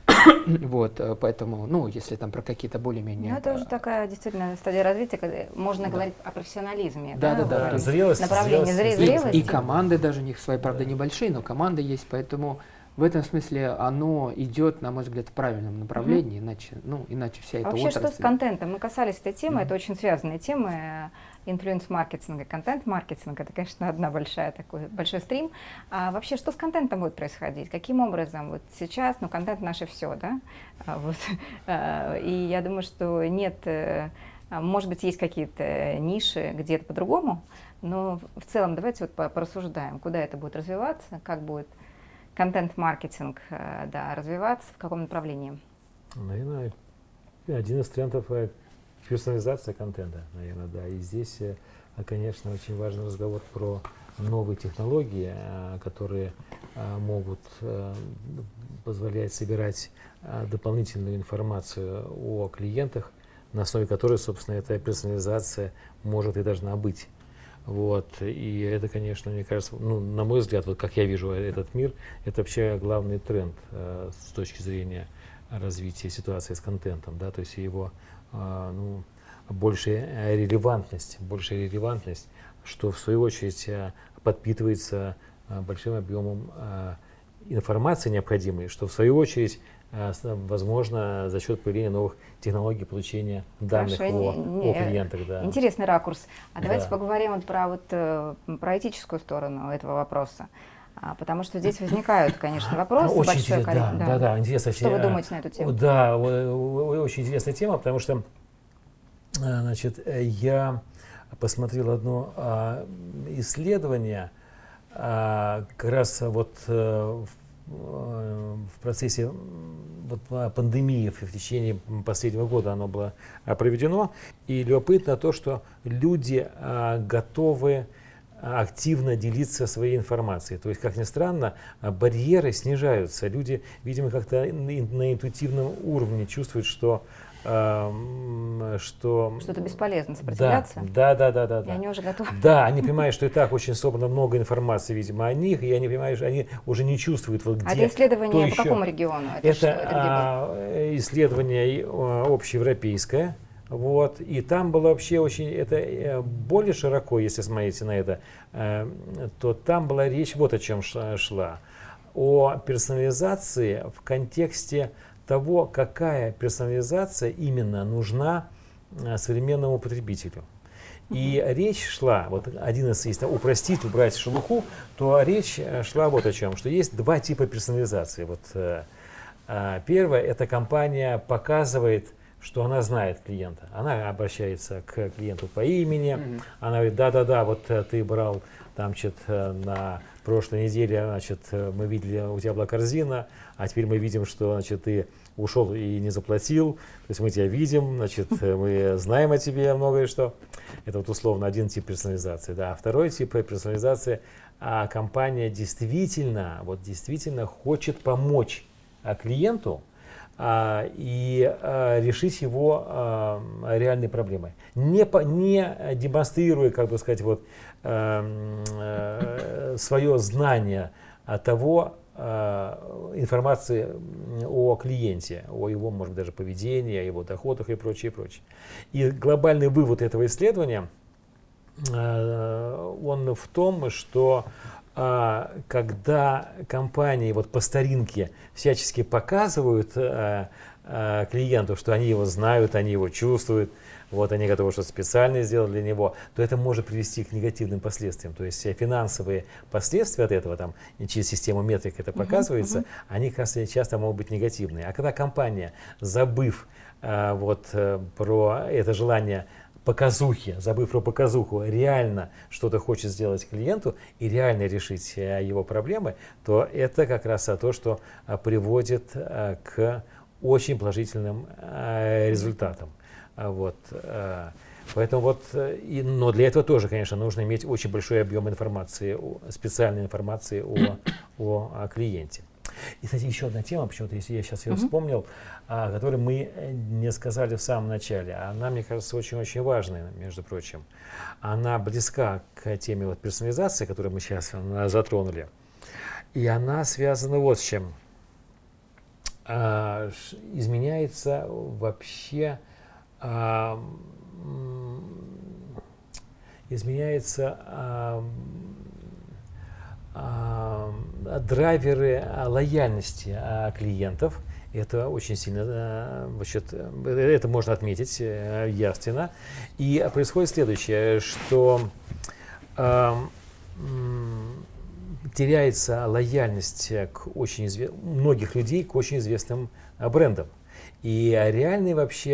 Вот, э, поэтому, ну, если там про какие-то более-менее... Ну, это уже такая действительно стадия развития, когда можно Да. говорить о профессионализме. Да, да, да. вот, Зрелость, направление зрелость, зре- И, зрелости. и команды даже у них свои, правда, небольшие, но команды есть, поэтому в этом смысле оно идет, на мой взгляд, в правильном направлении, иначе, ну, иначе вся А эта вообще, что с отрасль... контентом? Мы касались этой темы, Мгм. это очень связанные темы. Инфлюенс-маркетинг и контент-маркетинг — это, конечно, одна большая такой большой стрим. А вообще, что с контентом будет происходить? Каким образом? Вот сейчас, ну, контент наше все, да? А, вот. А, И я думаю, что нет, э, а, может быть, есть какие-то ниши где-то по-другому, но в целом давайте вот по- порассуждаем, куда это будет развиваться, как будет контент-маркетинг, э, да, развиваться, в каком направлении. Наверное, один из трендов э, персонализация контента, наверное, да. И здесь, э, а, конечно, очень важный разговор про новые технологии, э, которые э, могут э, позволять собирать э, дополнительную информацию о клиентах, на основе которой, собственно, эта персонализация может и должна быть. Вот. И это, конечно, мне кажется, ну, на мой взгляд, вот как я вижу этот мир, это вообще главный тренд э, с точки зрения развития ситуации с контентом, да, то есть его э, ну, большая релевантность, большая релевантность, что в свою очередь э, подпитывается э, большим объемом э, информации необходимой, что в свою очередь э, с- возможно за счет появления новых технологий получения данных Хорошо, о, не- о не, клиентах. Да. Интересный ракурс. А давайте Да. поговорим вот про, вот, э, про этическую сторону этого вопроса. А, потому что здесь возникают, конечно, вопросы. Очень большое интересно, да, количество- да, да, интересно. Что вы э, думаете на эту тему? Да, о- о- очень интересная тема, потому что, э, значит, э, я посмотрел одно а, исследование, а, как раз вот э, в, э, в процессе м, вот, а, пандемии в, в течение последнего года оно было а, проведено, и любопытно то, что люди а, готовы активно делиться своей информацией. То есть, как ни странно, а, барьеры снижаются. Люди, видимо, как-то на на интуитивном уровне чувствуют, что а, м, что Что-то бесполезно сопротивляться. Да, да, да, да, И да. они уже готовы. Да, они понимают, что и так очень собрано много информации, видимо, о них, и они понимают, что они уже не чувствуют, вот где, А это исследование кто по еще. какому региону? Это, что? Это Это где было? а, исследование а, общеевропейское, вот, и там было вообще очень, это э, более широко, если смотрите на это, э, то там была речь вот о чем ш- шла, о персонализации в контексте того, какая персонализация именно нужна э, современному потребителю. И речь шла, вот один из, если упростить, убрать шелуху, то речь э, шла вот о чем, что есть два типа персонализации. Вот, э, э, первое, эта компания показывает, что она знает клиента. Она обращается к клиенту по имени, Мгм. она говорит, да-да-да, вот э, ты брал там, значит, э, на прошлой неделе, значит, э, мы видели, у тебя была корзина, а теперь мы видим, что, значит, ты ушел и не заплатил, то есть мы тебя видим, значит, э, мы знаем о тебе многое что. Это вот условно один тип персонализации, да. А второй тип персонализации, а компания действительно, вот действительно хочет помочь а, клиенту, а, и а, решить его а, реальные проблемы, не, по, не демонстрируя, как бы сказать, вот, а, а, свое знание а, того, а, информации о клиенте, о его, может быть, даже поведении, о его доходах и прочее, прочее. И глобальный вывод этого исследования он в том, что а, когда компании вот по старинке всячески показывают а, а, клиенту, что они его знают, они его чувствуют, вот они готовы что-то специальное сделать для него, то это может привести к негативным последствиям. То есть финансовые последствия от этого, там, через систему метрик это показывается, uh-huh, uh-huh. они, как раз, часто могут быть негативные. А когда компания, забыв а, вот, про это желание показухи, забыв про показуху, реально что-то хочет сделать клиенту и реально решить его проблемы, то это как раз то, что приводит к очень положительным результатам. Вот. Поэтому вот, и, но для этого тоже, конечно, нужно иметь очень большой объем информации, специальной информации о, о, о клиенте. И, кстати, еще одна тема, почему-то, если я сейчас ее mm-hmm. вспомнил, о которой мы не сказали в самом начале. Она, мне кажется, очень-очень важная, между прочим. Она близка к теме вот персонализации, которую мы сейчас затронули. И она связана вот с чем. А, изменяется вообще, а, изменяется а, а, драйверы лояльности клиентов. Это очень сильно, значит, это можно отметить явственно. И происходит следующее, что э, теряется лояльность к очень изве- многих людей к очень известным брендам. И реальной вообще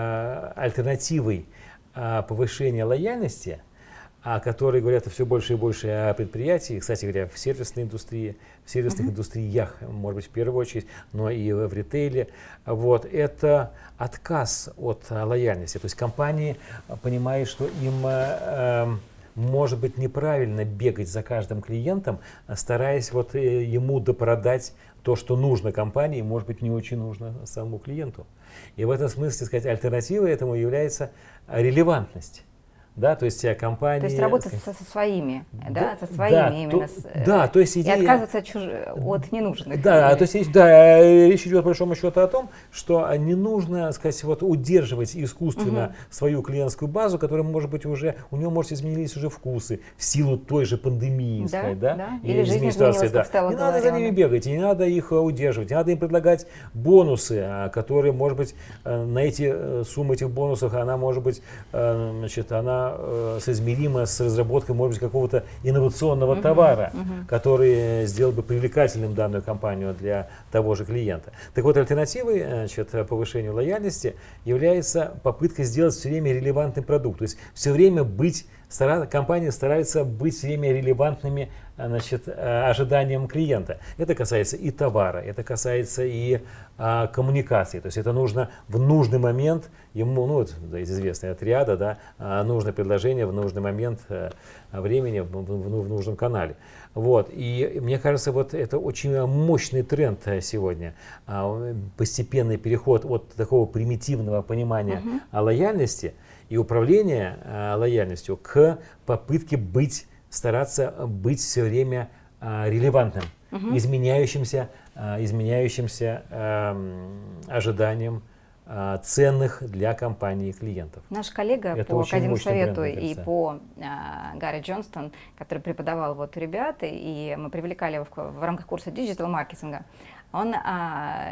э, альтернативой э, повышения лояльности, о которой говорят все больше и больше о предприятии, кстати говоря, в сервисной индустрии, в сервисных uh-huh. индустриях, может быть, в первую очередь, но и в ритейле, вот, это отказ от лояльности. То есть компании понимают, что им э, может быть неправильно бегать за каждым клиентом, стараясь вот э, ему допродать то, что нужно компании, может быть, не очень нужно самому клиенту. И в этом смысле, сказать, альтернативой этому является релевантность. Да, то есть компании... То есть работать со, со своими, да, да со своими да, именно. То, с, да, то есть идея... И отказываться от, чуж... от ненужных. Да, то есть да, речь идет по большому счету о том, что не нужно, сказать, вот, удерживать искусственно угу. свою клиентскую базу, которая, может быть, уже, у нее, может, изменились уже вкусы в силу той же пандемии, да, сказать, да? да. Или, Или жизнь изменилась, да. Как стало Не надо за ними бегать, не надо их удерживать, не надо им предлагать бонусы, которые, может быть, на эти суммы этих бонусов, она, может быть, значит, она с измеримо с разработкой, может быть, какого-то инновационного uh-huh, товара, uh-huh. который сделал бы привлекательным данную компанию для того же клиента. Так вот, альтернативой, значит, повышению лояльности является попытка сделать все время релевантный продукт. То есть все время быть, стара, компания старается быть все время релевантными, значит, ожиданиям клиента. Это касается и товара, это касается и а, коммуникации. То есть это нужно в нужный момент ему, ну, вот, да, известная триада, да, а, нужное предложение в нужный момент а, времени в, в, в, в нужном канале. Вот. И мне кажется, вот это очень мощный тренд сегодня. А, постепенный переход от такого примитивного понимания uh-huh. о лояльности и управления а, лояльностью к попытке быть стараться быть все время а, релевантным, uh-huh. изменяющимся, а, изменяющимся а, ожиданиям а, ценных для компании клиентов. Наш коллега Это по Академсовету и по а, Гарри Джонстон, который преподавал вот у ребят, и мы привлекали его в, в рамках курса диджитал-маркетинга, он а,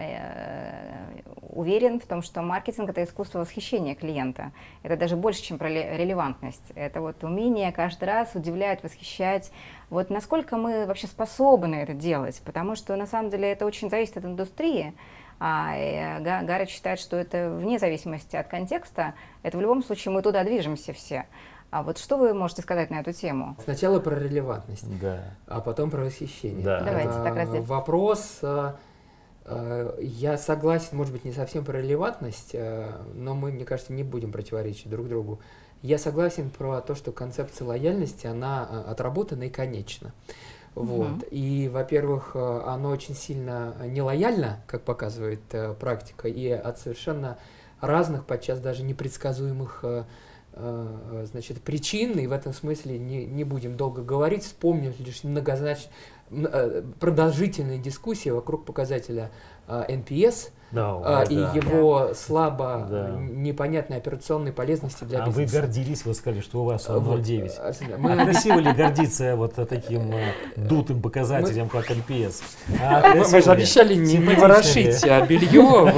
э, уверен в том, что маркетинг — это искусство восхищения клиента. Это даже больше, чем про релевантность. Это вот умение каждый раз удивлять, восхищать. Вот насколько мы вообще способны это делать, потому что на самом деле это очень зависит от индустрии. А Гарри считает, что это вне зависимости от контекста, это в любом случае мы туда движемся все. А вот что вы можете сказать на эту тему? Сначала про релевантность, да. а потом про восхищение. Да. Давайте а, так разделим. Вопрос, а, а, я согласен, может быть, не совсем про релевантность, а, но мы, мне кажется, не будем противоречить друг другу. Я согласен про то, что концепция лояльности, она отработана и конечна. Вот. Uh-huh. И, во-первых, оно очень сильно нелояльно, как показывает э, практика, и от совершенно разных, подчас даже непредсказуемых э, э, значит, причин, и в этом смысле не, не будем долго говорить, вспомним лишь многозначные, э, продолжительные дискуссии вокруг показателя эн пи эс, Да, а, да. и его слабо Да. непонятной операционной полезности для А бизнеса. вы гордились, вы сказали, что у вас А, ноль вот, девять. а, А мы- красиво ли гордиться вот таким э, дутым показателем, как эн пи эс? А Мы, мы красиво же ли? обещали не, не Симпатично ворошить ли? а, белье, вы,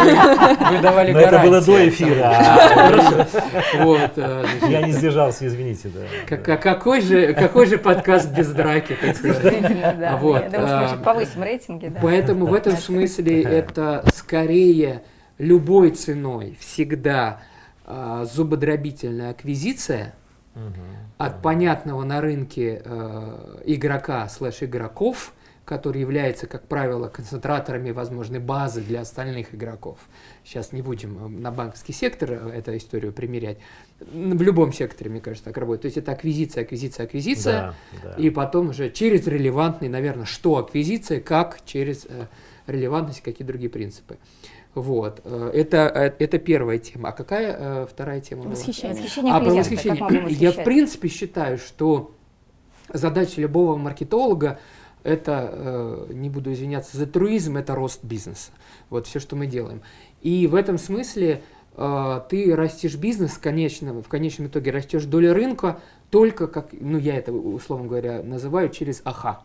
вы- вы давали Но это было до гарантии. эфира. Хорошо. Вот, э, значит, Я не сдержался, извините. Да. как- а какой же, какой же подкаст без драки, так сказать. Действительно, да. Вот, Я думаю, что мы а, чуть повысим рейтинги. Да. Поэтому в этом смысле это скорее любой ценой всегда а, зубодробительная аквизиция Мгм. от понятного на рынке э, игрока слэш игроков, который является, как правило, концентраторами возможной базы для остальных игроков. Сейчас не будем э, на банковский сектор э, эту историю примерять. В любом секторе, мне кажется, так работает. То есть это аквизиция, аквизиция, аквизиция. Да, да. И потом уже через релевантный, наверное, что аквизиция, как через э, релевантность, какие другие принципы. Вот. э, Это, э, это первая тема. А какая э, вторая тема была? Восхищение. Восхищение А про клиента. восхищение. Как мы будем Я, в восхищать? принципе, считаю, что задача любого маркетолога – это, э, не буду извиняться за труизм, это рост бизнеса. Вот все, что мы делаем. И в этом смысле э, ты растишь бизнес, конечно, в конечном итоге растешь долю рынка только, как, ну я это, условно говоря, называю через АХА.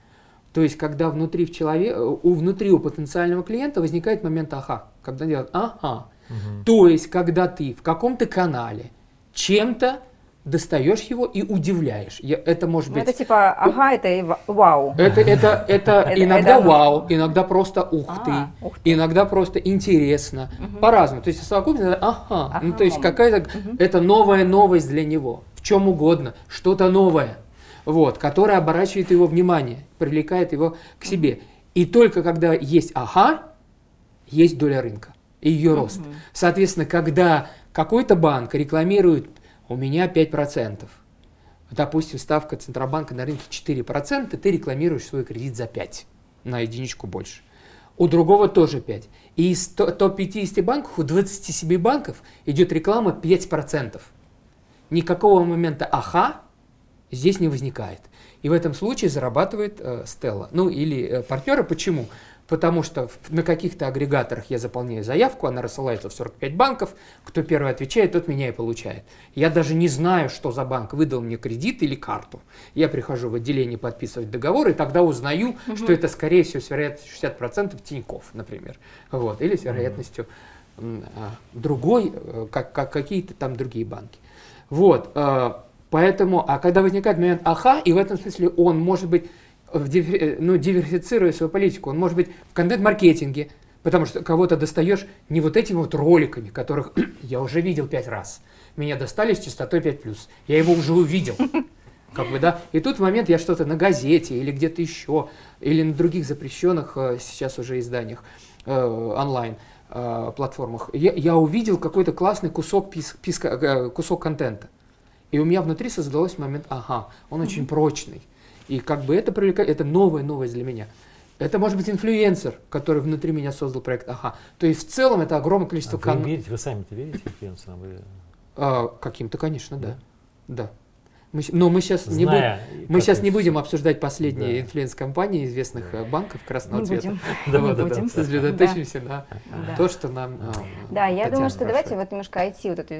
То есть, когда внутри, в человек, у, внутри у потенциального клиента возникает момент АХА, когда делают ага. Мгм. То есть, когда ты в каком-то канале чем-то достаешь его и удивляешь. Я, это может Ну, быть... это типа, ага, это и ва- вау. Это, это, это Это- иногда это- вау, иногда просто ух А, ты, ух ты. иногда просто интересно, по-разному. То есть, в совокупности, это ага, ну, то есть, Ага. какая-то, это новая новость для него, в чем угодно, что-то новое, вот, которое оборачивает его внимание, привлекает его к себе. И только когда есть ага, есть доля рынка и ее рост. Соответственно, когда какой-то банк рекламирует у меня пять процентов, допустим, ставка Центробанка на рынке четыре процента, ты рекламируешь свой кредит за пять, на единичку больше. У другого тоже пять. И из топ пятидесяти банков, у двадцати семи банков идет реклама пять процентов. Никакого момента ага здесь не возникает. И в этом случае зарабатывает э, Стелла. Ну или э, партнеры. Почему? Потому что в- на каких-то агрегаторах я заполняю заявку, она рассылается в сорок пять банков, кто первый отвечает, тот меня и получает. Я даже не знаю, что за банк выдал мне кредит или карту. Я прихожу в отделение подписывать договор, и тогда узнаю, что это, скорее всего, с вероятностью шестьдесят процентов Тинькофф, например. Вот. Или с вероятностью м, а, другой, э, как, как какие-то там другие банки. Вот. э, Поэтому, а когда возникает момент ага, и в этом смысле он может быть, в диффе- ну, диверсифицируя свою политику, он может быть в контент-маркетинге, потому что кого-то достаешь не вот этими вот роликами, которых я уже видел пять раз. Меня достали с частотой пять плюс. Я его уже увидел. Как бы, да? И тут в момент я что-то на газете или где-то еще, или на других запрещенных э, сейчас уже изданиях э, онлайн э, платформах, я, я увидел какой-то классный кусок, пис, писка, э, кусок контента. И у меня внутри создалось момент, ага, он mm-hmm. очень прочный. И как бы это привлекает, это новая новость для меня. Это может быть инфлюенсер, который внутри меня создал проект ага. То есть в целом это огромное количество А вы каналов. верите, вы сами-то верите инфлюенсерам? Вы, А, каким-то, конечно, да. Да. Мы, щ- но мы сейчас, не, будем, зная, мы как сейчас вы не всё- будем обсуждать последние Да. инфлюенс-компании известных э, банков красного Не цвета. будем. Да, Не вот это будем. сосредоточимся на Да. то, что нам. а, Да, я Татьяна думаю, что давайте спрашивает. вот немножко ай ти вот эту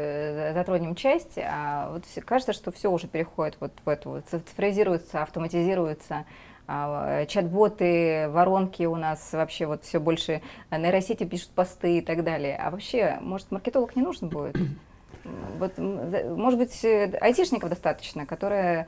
э, затронем часть. А вот всё- кажется, что все уже переходит вот в эту, вот, цифровизируется, автоматизируется. А, чат-боты, воронки у нас вообще вот все больше, нейросети пишут посты и так далее. А вообще, может, маркетолог не нужен будет? Вот, м, за- может быть, э, айтишников достаточно, которые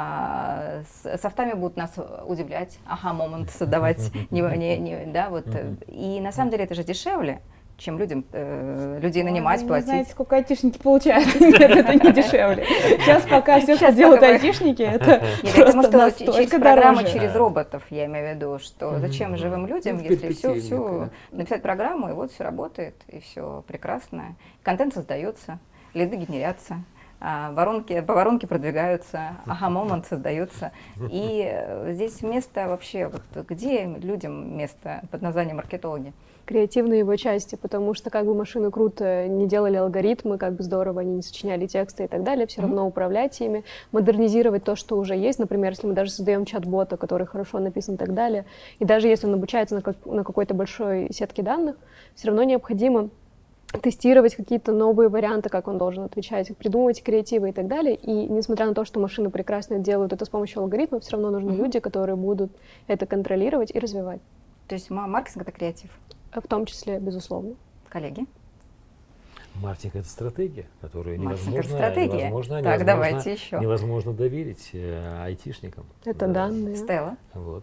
а, с софтами будут нас удивлять, ага-момент давать, не, не, не, да, вот. э, И на самом деле это же дешевле, чем людям, э, людей нанимать, Вы не платить. знаете, сколько айтишники получают. Нет, это не дешевле. Сейчас пока все, что Сейчас делают пока- айтишники, это Нет, я думаю, просто что ч- через настолько программу, дороже. через роботов, я имею в виду, что зачем живым людям, Ну, в если все, перспективе, все некое, написать программу, и вот все работает, и все прекрасно. Контент создается, лиды генерятся, а, воронки, по воронке продвигаются, ага-момент создается. И э, здесь место вообще, вот, где людям место под названием маркетологи? Креативные его части, потому что как бы машины круто не делали алгоритмы, как бы здорово они не сочиняли тексты и так далее, все mm-hmm. равно управлять ими, модернизировать то, что уже есть. Например, если мы даже создаем чат-бота, который хорошо написан и так далее, и даже если он обучается на, как, на какой-то большой сетке данных, все равно необходимо тестировать какие-то новые варианты, как он должен отвечать, придумывать креативы и так далее. И несмотря на то, что машины прекрасно делают это с помощью алгоритмов, все равно нужны mm-hmm. люди, которые будут это контролировать и развивать. То есть маркетинг — это креатив? В том числе, безусловно. Коллеги? Маркетинг — это стратегия, которую Маркетинг невозможно, это стратегия. невозможно, так, невозможно, давайте еще. невозможно доверить э, айтишникам. Это да. данные. Стелла? Вот.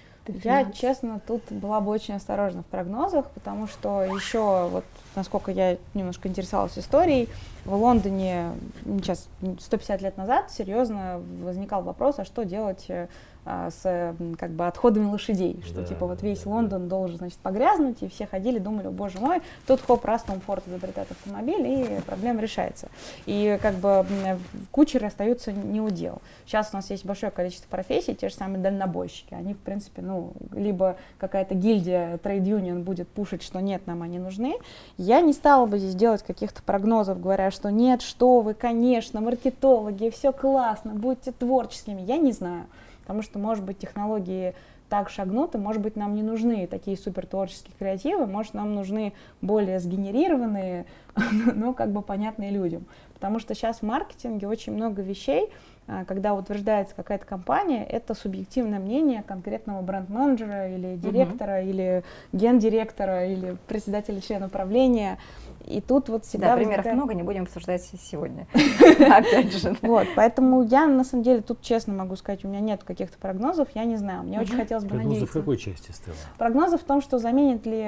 Я, честно, тут была бы очень осторожна в прогнозах, потому что еще, вот, насколько я немножко интересовалась историей, в Лондоне сейчас сто пятьдесят лет назад серьезно возникал вопрос, а что делать а, с как бы отходами лошадей, что да, типа вот весь да, Лондон да. должен, значит, погрязнуть, и все ходили, думали, о боже мой, тут хоп, раз Том Форд изобретает автомобиль, и проблема решается. И как бы кучеры остаются не у дел. Сейчас у нас есть большое количество профессий, те же самые дальнобойщики, они, в принципе, ну, либо какая-то гильдия, трейд-юнион будет пушить, что нет, нам они нужны. Я не стала бы здесь делать каких-то прогнозов, говоря, что нет, что вы, конечно, маркетологи, все классно, будьте творческими. Я не знаю, потому что, может быть, технологии так шагнут, и, может быть, нам не нужны такие супер творческие креативы, может, нам нужны более сгенерированные, но как бы понятные людям. Потому что сейчас в маркетинге очень много вещей, когда утверждается какая-то компания, это субъективное мнение конкретного бренд-менеджера или директора, uh-huh. или гендиректора, или председателя члена правления. И тут вот всегда... Да, примеров возникает... много, не будем обсуждать сегодня. Опять же. Вот, поэтому я, на самом деле, тут честно могу сказать, у меня нет каких-то прогнозов, я не знаю. Мне очень хотелось бы надеяться. Прогнозы в какой части, Стелла? Прогнозы в том, что заменит ли,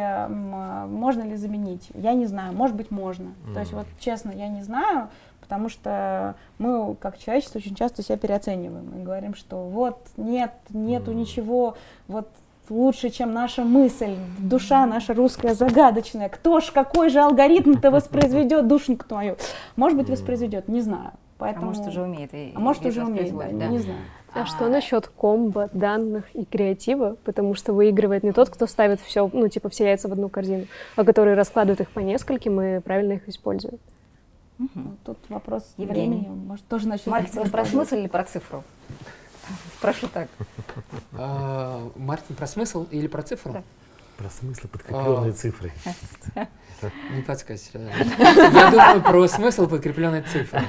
можно ли заменить. Я не знаю, может быть, можно. То есть вот честно, я не знаю, потому что мы, как человечество, очень часто себя переоцениваем. Мы говорим, что вот, нет, нету ничего, вот лучше, чем наша мысль, душа наша русская загадочная. Кто ж, какой же алгоритм-то воспроизведет душеньку твою? Может быть, воспроизведет, не знаю. Поэтому... А может, уже умеет. И, а может, и уже умеет, да, да. не знаю. А, а что насчет комбо данных и креатива? Потому что выигрывает не тот, кто ставит все, ну, типа, все яйца в одну корзину, а который раскладывает их по нескольким и правильно их использует. Угу. Ну, тут вопрос Евгений. времени, может, тоже начнет... Маркетинг про смысл или про цифру? Спрошу так. Маркетинг про смысл или про цифру? Да. Про смыслы, подкрепленные цифрой. Не подсказывайте. Я думаю про смысл, подкрепленной цифрой.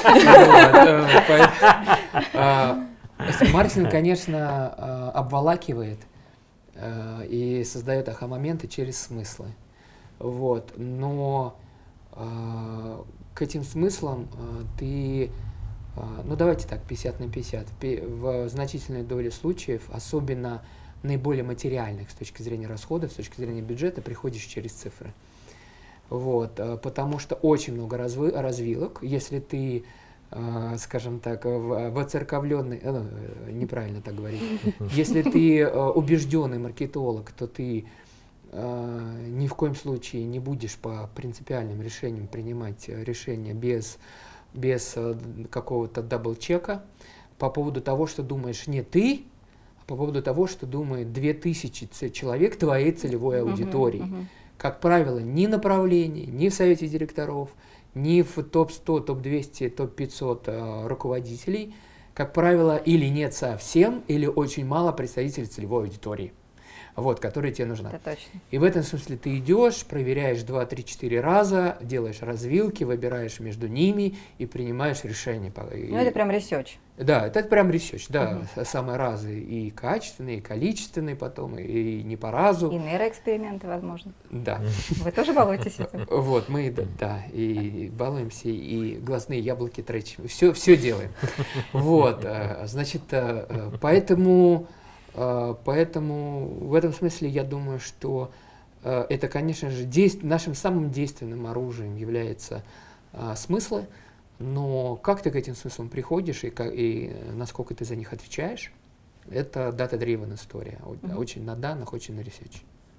Маркетинг, конечно, обволакивает и создает ага-моменты через смыслы. Вот. Но к этим смыслам ты... Ну, давайте так, пятьдесят на пятьдесят. В значительной доле случаев, особенно наиболее материальных с точки зрения расходов, с точки зрения бюджета, приходишь через цифры. Вот, потому что очень много разви развилок. Если ты, скажем так, воцерковленный, э, неправильно так говорить, если ты убежденный маркетолог, то ты ни в коем случае не будешь по принципиальным решениям принимать решения без... без какого-то дабл-чека по поводу того, что думаешь не ты, а по поводу того, что думает две тысячи человек твоей целевой аудитории. Uh-huh, uh-huh. Как правило, ни направления, ни в совете директоров, ни в топ сто, топ двести, топ пятьсот э, руководителей, как правило, или нет совсем, или очень мало представителей целевой аудитории. Вот, которая тебе нужна. Это точно. И в этом смысле ты идешь, проверяешь два, три, четыре раза, делаешь развилки, выбираешь между ними и принимаешь решение. Ну, и... это прям ресерч. Да, это прям ресерч, да, угу. самые разные, и качественные, и количественные потом, и не по разу. И нейроэксперименты, возможно. Да. Вы тоже балуетесь этим? Вот, мы, да, и балуемся, и глазные яблоки тречим, все, все делаем. Вот, значит, поэтому... Поэтому в этом смысле я думаю, что э, это, конечно же, действ... нашим самым действенным оружием является э, смыслы, но как ты к этим смыслам приходишь и, как, и насколько ты за них отвечаешь, это data-driven история, mm-hmm. очень на данных, очень на ресерче.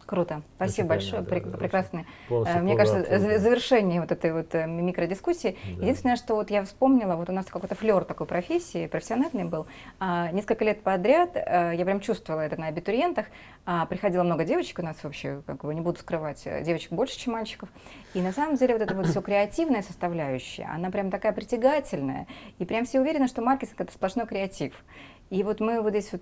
Круто. Спасибо большое. Да, Прек- да, прекрасный. полностью Мне полностью, кажется, да. за- завершение вот этой вот э, микродискуссии. Да. Единственное, что вот я вспомнила, вот у нас какой-то флер такой профессии, профессиональный был. А, несколько лет подряд а, я прям чувствовала это на абитуриентах. А, приходило много девочек, у нас вообще, как бы, не буду скрывать, девочек больше, чем мальчиков. И на самом деле вот эта вот все креативная составляющая, она прям такая притягательная. И прям все уверены, что маркетинг — это сплошной креатив. И вот мы вот здесь вот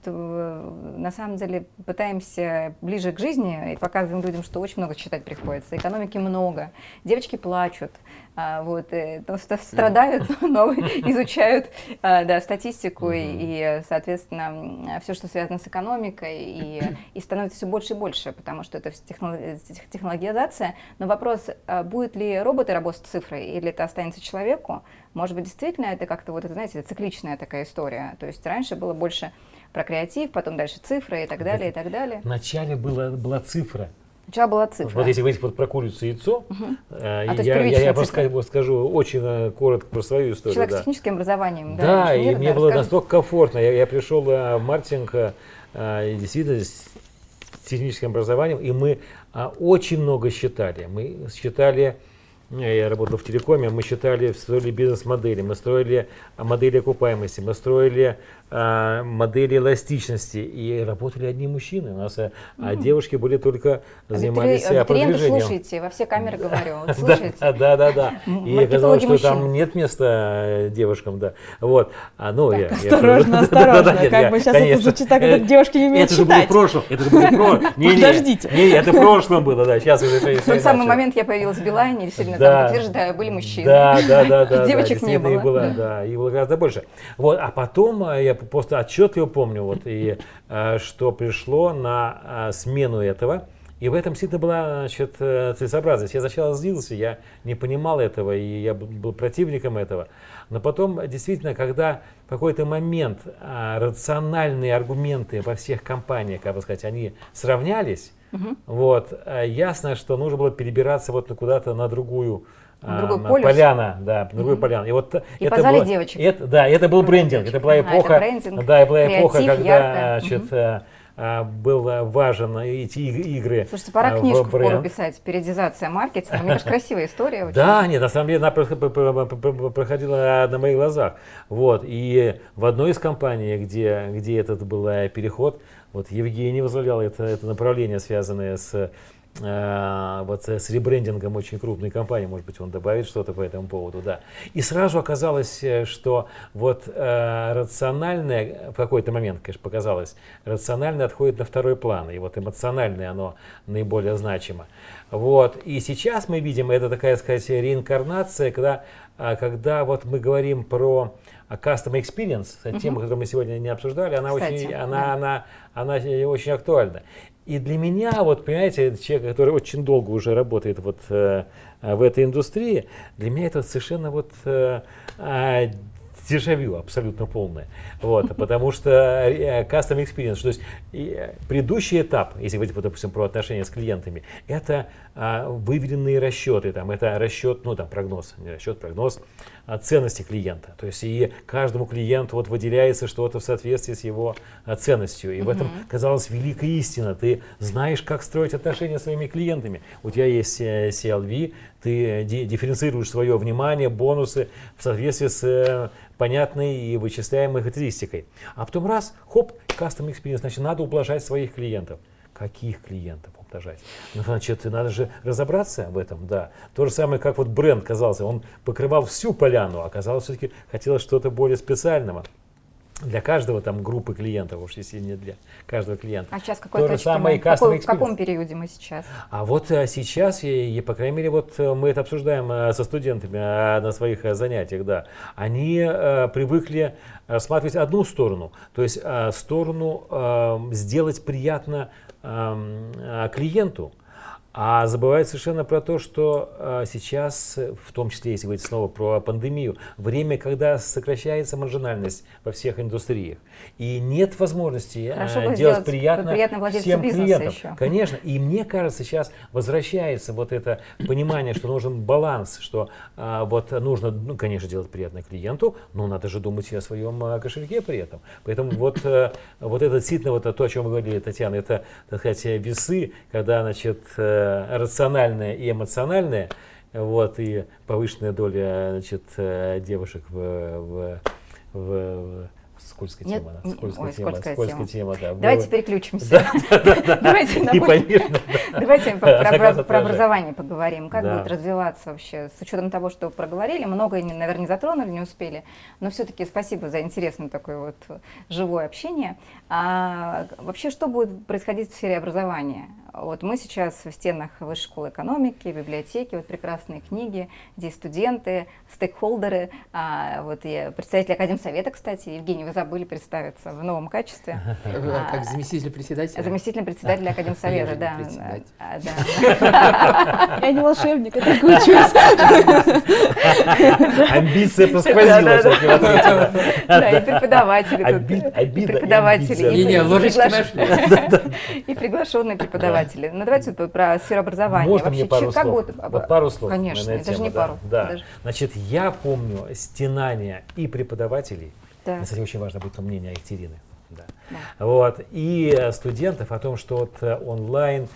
э, на самом деле пытаемся ближе к жизни и показываем людям, что очень много читать приходится, экономики много, девочки плачут, а, вот, э, ну, ст- страдают, но изучают а, да, статистику и, и, соответственно, все, что связано с экономикой, и, и становится все больше и больше, потому что это технолог- технологизация. Но вопрос, а будет ли роботы работать с цифрой, или это останется человеку? Может быть, действительно, это как-то, вот, это, знаете, цикличная такая история. То есть раньше было больше про креатив, потом дальше цифры и так далее, и так далее. Вначале была, была цифра. Сначала была цифра. Вот если говорить вот про курицу и яйцо, Угу. э, А, я, то есть я, первичная я цифра. скажу, скажу очень э, коротко про свою историю. Человек да. с техническим образованием, да, Да, инженер, и мне да, было расскажите. настолько комфортно. Я, я пришел э, в маркетинг э, и действительно с техническим образованием, и мы э, очень много считали. Мы считали, я работал в телекоме, мы считали, строили бизнес-модели, мы строили модели окупаемости, мы строили э, модели эластичности, и работали одни мужчины. У нас, э, а девушки были только занимались Абитури- э, абитуриенты, продвижением. слушайте, во все камеры говорю, вот слушайте. Да, да, да, да. И Маркетологи оказалось, что мужчин. там нет места э, девушкам, да. Вот. А, ну, я, я- Осторожно, Да, да, да, осторожно, нет, как я, бы сейчас это конечно. звучит так, Э, как девушки не умеют Это же было в читать. прошлом. Это же было в прошлом. Не, не, Подождите. Не, это в прошлом было, да. Сейчас уже В тот самый момент я появилась в Билайне, действительно, Да. там подтверждаю, были мужчины. Да, да, да, да. Девочек да, не действительно, было. их было, да, их было гораздо больше. Вот, а потом э, я просто отчетливо помню, вот, и, э, что пришло на э, смену этого. И в этом действительно была, значит, э, целесообразность. Я сначала злился, я не понимал этого, и я б- был противником этого. Но потом, действительно, когда в какой-то момент а, рациональные аргументы во всех компаниях, как бы сказать, они сравнялись, Мгм. вот, а, ясно, что нужно было перебираться вот на куда-то на другую На а, другой на полюс. поляна, да, на другую Мгм. поляну. И вот И это позвали было- девочек. Это, да, это был брендинг, девочек. это была Ага, это эпоха, брендинг, да, была эпоха, креатив, когда, ярко. значит, а, а, был а, важен эти иг- игры. Слушайте, пора а, в книжку впору бренд. писать, периодизация маркетинга. Мне кажется, красивая история очень. Да, нет, на самом деле она про- про- про- про- проходила на моих глазах. Вот, и в одной из компаний, где, где этот был э, переход, вот Евгений возглавлял это, это направление, связанное с, э, вот, с ребрендингом очень крупной компании. Может быть, он добавит что-то по этому поводу, да. И сразу оказалось, э, что вот э, рациональное, в какой-то момент, конечно, показалось, рациональное отходит на второй план, и вот эмоциональное оно наиболее значимо. Вот. И сейчас мы видим, это такая, сказать, реинкарнация, когда, а, когда вот мы говорим про а, customer experience, Мгм. тему, которую мы сегодня не обсуждали, она, Кстати, очень, да. она, она, она очень актуальна. И для меня, вот, понимаете, человек, который очень долго уже работает вот, э, в этой индустрии, для меня это совершенно вот э, э, дежавю абсолютно полное. Вот, потому что э, custom experience, то есть и, предыдущий этап, если говорить, вот, допустим, про отношения с клиентами, это а, выверенные расчеты, там, это расчет, ну там прогноз, не расчет, прогноз а, ценности клиента. То есть и каждому клиенту вот выделяется что-то в соответствии с его а, ценностью. И в этом, казалось, великая истина. Ты знаешь, как строить отношения с своими клиентами. У тебя есть э, си эл ви, ты ди- дифференцируешь свое внимание, бонусы в соответствии с э, понятной и вычисляемой характеристикой. А потом раз, хоп, custom experience, значит, надо ублажать своих клиентов. Каких клиентов ублажать? Ну, значит, надо же разобраться в этом, да. То же самое, как вот бренд, казался, он покрывал всю поляну, а оказалось, все-таки хотелось что-то более специального. Для каждого там группы клиентов, уж если не для каждого клиента. А сейчас какое То же качество? самое мы- и custom какой- в experience. каком периоде мы сейчас? А вот а, сейчас, и, и, по крайней мере, вот э, мы это обсуждаем а, со студентами а, на своих а, занятиях, да, они а, привыкли рассматривать одну сторону, то есть а, сторону а, сделать приятно а, а, клиенту. А забывают совершенно про то, что э, сейчас, в том числе, если говорить снова про пандемию, время, когда сокращается маржинальность во всех индустриях. И нет возможности э, делать приятно, приятно всем клиентам. Еще. Конечно. И мне кажется, сейчас возвращается вот это понимание, что нужен баланс, что э, вот нужно, ну, конечно, делать приятно клиенту, но надо же думать и о своем э, кошельке при этом. Поэтому вот, э, вот это действительно вот то, о чем вы говорили, Татьяна, это, так сказать, весы, когда, значит, э, рациональное и эмоциональное, вот, и повышенная доля, значит, девушек в, в, в, в скользкая Нет, тема, да, скользкая ой, тема, скользкая скользкая тема. тема, да. Давайте переключимся. Давайте про образование поговорим. Как будет развиваться вообще, с учетом того, что проговорили, многое, наверное, не затронули, не успели, но все-таки спасибо за интересное такое вот живое общение. Вообще, что будет происходить в сфере образования? Вот мы сейчас в стенах Высшей школы экономики, библиотеки, вот прекрасные книги, где студенты, стейкхолдеры, а, вот и представители Академсовета, кстати, Евгений, вы забыли представиться в новом качестве. А, как заместитель председателя? Заместитель председателя Академсовета, да. Я не волшебник, я только учусь. Амбиция просквозила. Да, и преподаватели тут. Преподаватели. Не-не, ложечки нашли. И приглашенные преподаватели. Ну давайте про сферу образования. Можно мне пару как слов? Будет... Вот пару слов. Конечно, это же не да, пару. Да. Даже... Значит, я помню стенания и преподавателей. Да. Кстати, очень важно будет мнение Екатерины. Да. Да. Вот. И студентов о том, что вот онлайн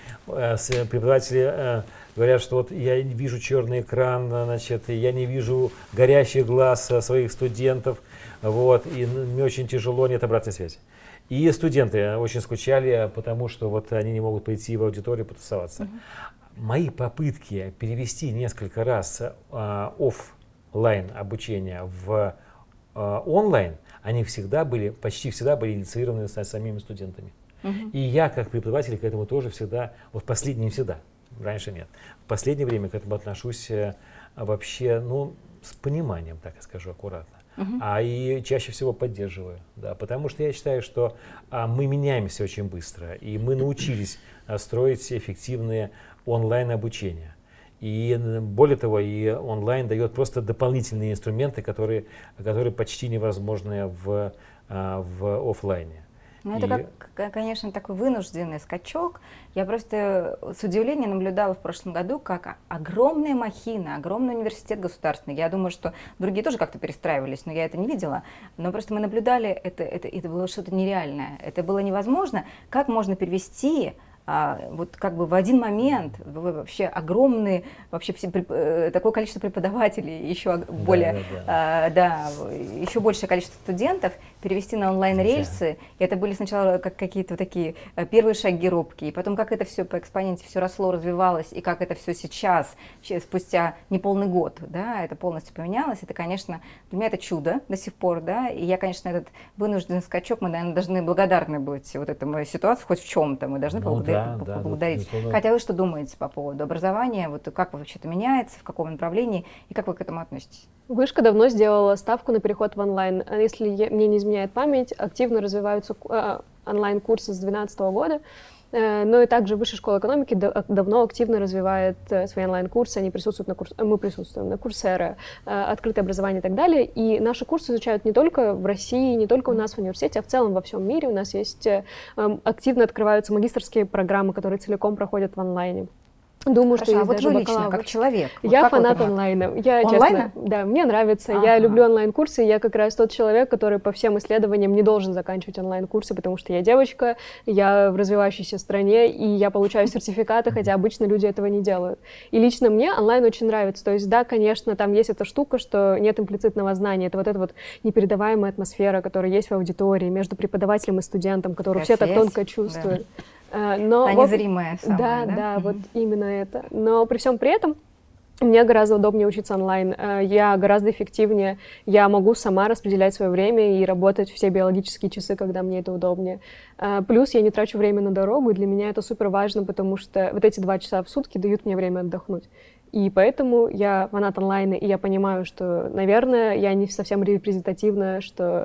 преподаватели говорят, что вот я вижу черный экран, значит, я не вижу горящих глаз своих студентов, вот, и мне очень тяжело, нет обратной связи. И студенты очень скучали, потому что вот они не могут прийти в аудиторию потусоваться. Mm-hmm. Мои попытки перевести несколько раз э, офлайн обучение в э, онлайн, они всегда были, почти всегда были инициированы с самими студентами. Mm-hmm. И я, как преподаватель, к этому тоже всегда, вот последнее всегда, раньше нет, в последнее время к этому отношусь э, вообще, ну, с пониманием, так я скажу аккуратно. Uh-huh. А и чаще всего поддерживаю, да, потому что я считаю, что а, мы меняемся очень быстро, и мы научились а, строить эффективные онлайн-обучения. И более того, и онлайн дает просто дополнительные инструменты, которые, которые почти невозможны в, а, в офлайне. Ну, это, как, конечно, такой вынужденный скачок. Я просто с удивлением наблюдала в прошлом году, как огромная махина, огромный университет государственный. Я думаю, что другие тоже как-то перестраивались, но я это не видела. Но просто мы наблюдали, это, это, это было что-то нереальное. Это было невозможно. Как можно перевести... А, вот как бы в один момент вообще огромные, вообще все, такое количество преподавателей, еще более, да, да, да. А, да, еще большее количество студентов перевести на онлайн-рельсы. Да. Это были сначала как какие-то вот такие первые шаги робкие, и потом как это все по экспоненте все росло, развивалось, и как это все сейчас, спустя неполный год, да, это полностью поменялось. Это, конечно, для меня это чудо до сих пор, да, и я, конечно, этот вынужденный скачок, мы, наверное, должны благодарны быть вот этому ситуации, хоть в чем-то, мы должны ну, поблагодарить. Да, да, поблагодарить. Вот, Хотя вы что думаете по поводу образования? Вот как вообще это меняется, в каком направлении и как вы к этому относитесь? Вышка давно сделала ставку на переход в онлайн. Если я, мне не изменяет память, активно развиваются э, онлайн-курсы с две тысячи двенадцатого года. Э, но и также Высшая школа экономики да, давно активно развивает э, свои онлайн-курсы. Они присутствуют на курс, мы присутствуем на Coursera, э, открытое образование и так далее. И наши курсы изучают не только в России, не только у нас в университете, а в целом во всем мире. У нас есть э, активно открываются магистерские программы, которые целиком проходят в онлайне. Думаю, Хорошо, что а вот вы лично, как человек? Я вот фанат онлайна. Я, онлайна? Честно, да, мне нравится. Ага. Я люблю онлайн-курсы. Я как раз тот человек, который по всем исследованиям не должен заканчивать онлайн-курсы, потому что я девочка, я в развивающейся стране, и я получаю сертификаты, хотя обычно люди этого не делают. И лично мне онлайн очень нравится. То есть, да, конечно, там есть эта штука, что нет имплицитного знания. Это вот эта вот непередаваемая атмосфера, которая есть в аудитории между преподавателем и студентом, которую все так тонко чувствуют. Да. Но Та незримая самая, да, да? да, Mm-hmm. вот именно это. Но при всем при этом мне гораздо удобнее учиться онлайн. Я гораздо эффективнее. Я могу сама распределять свое время и работать все биологические часы, когда мне это удобнее. Плюс я не трачу время на дорогу, и для меня это супер важно, потому что вот эти два часа в сутки дают мне время отдохнуть. И поэтому я фанат онлайна, и я понимаю, что, наверное, я не совсем репрезентативна, что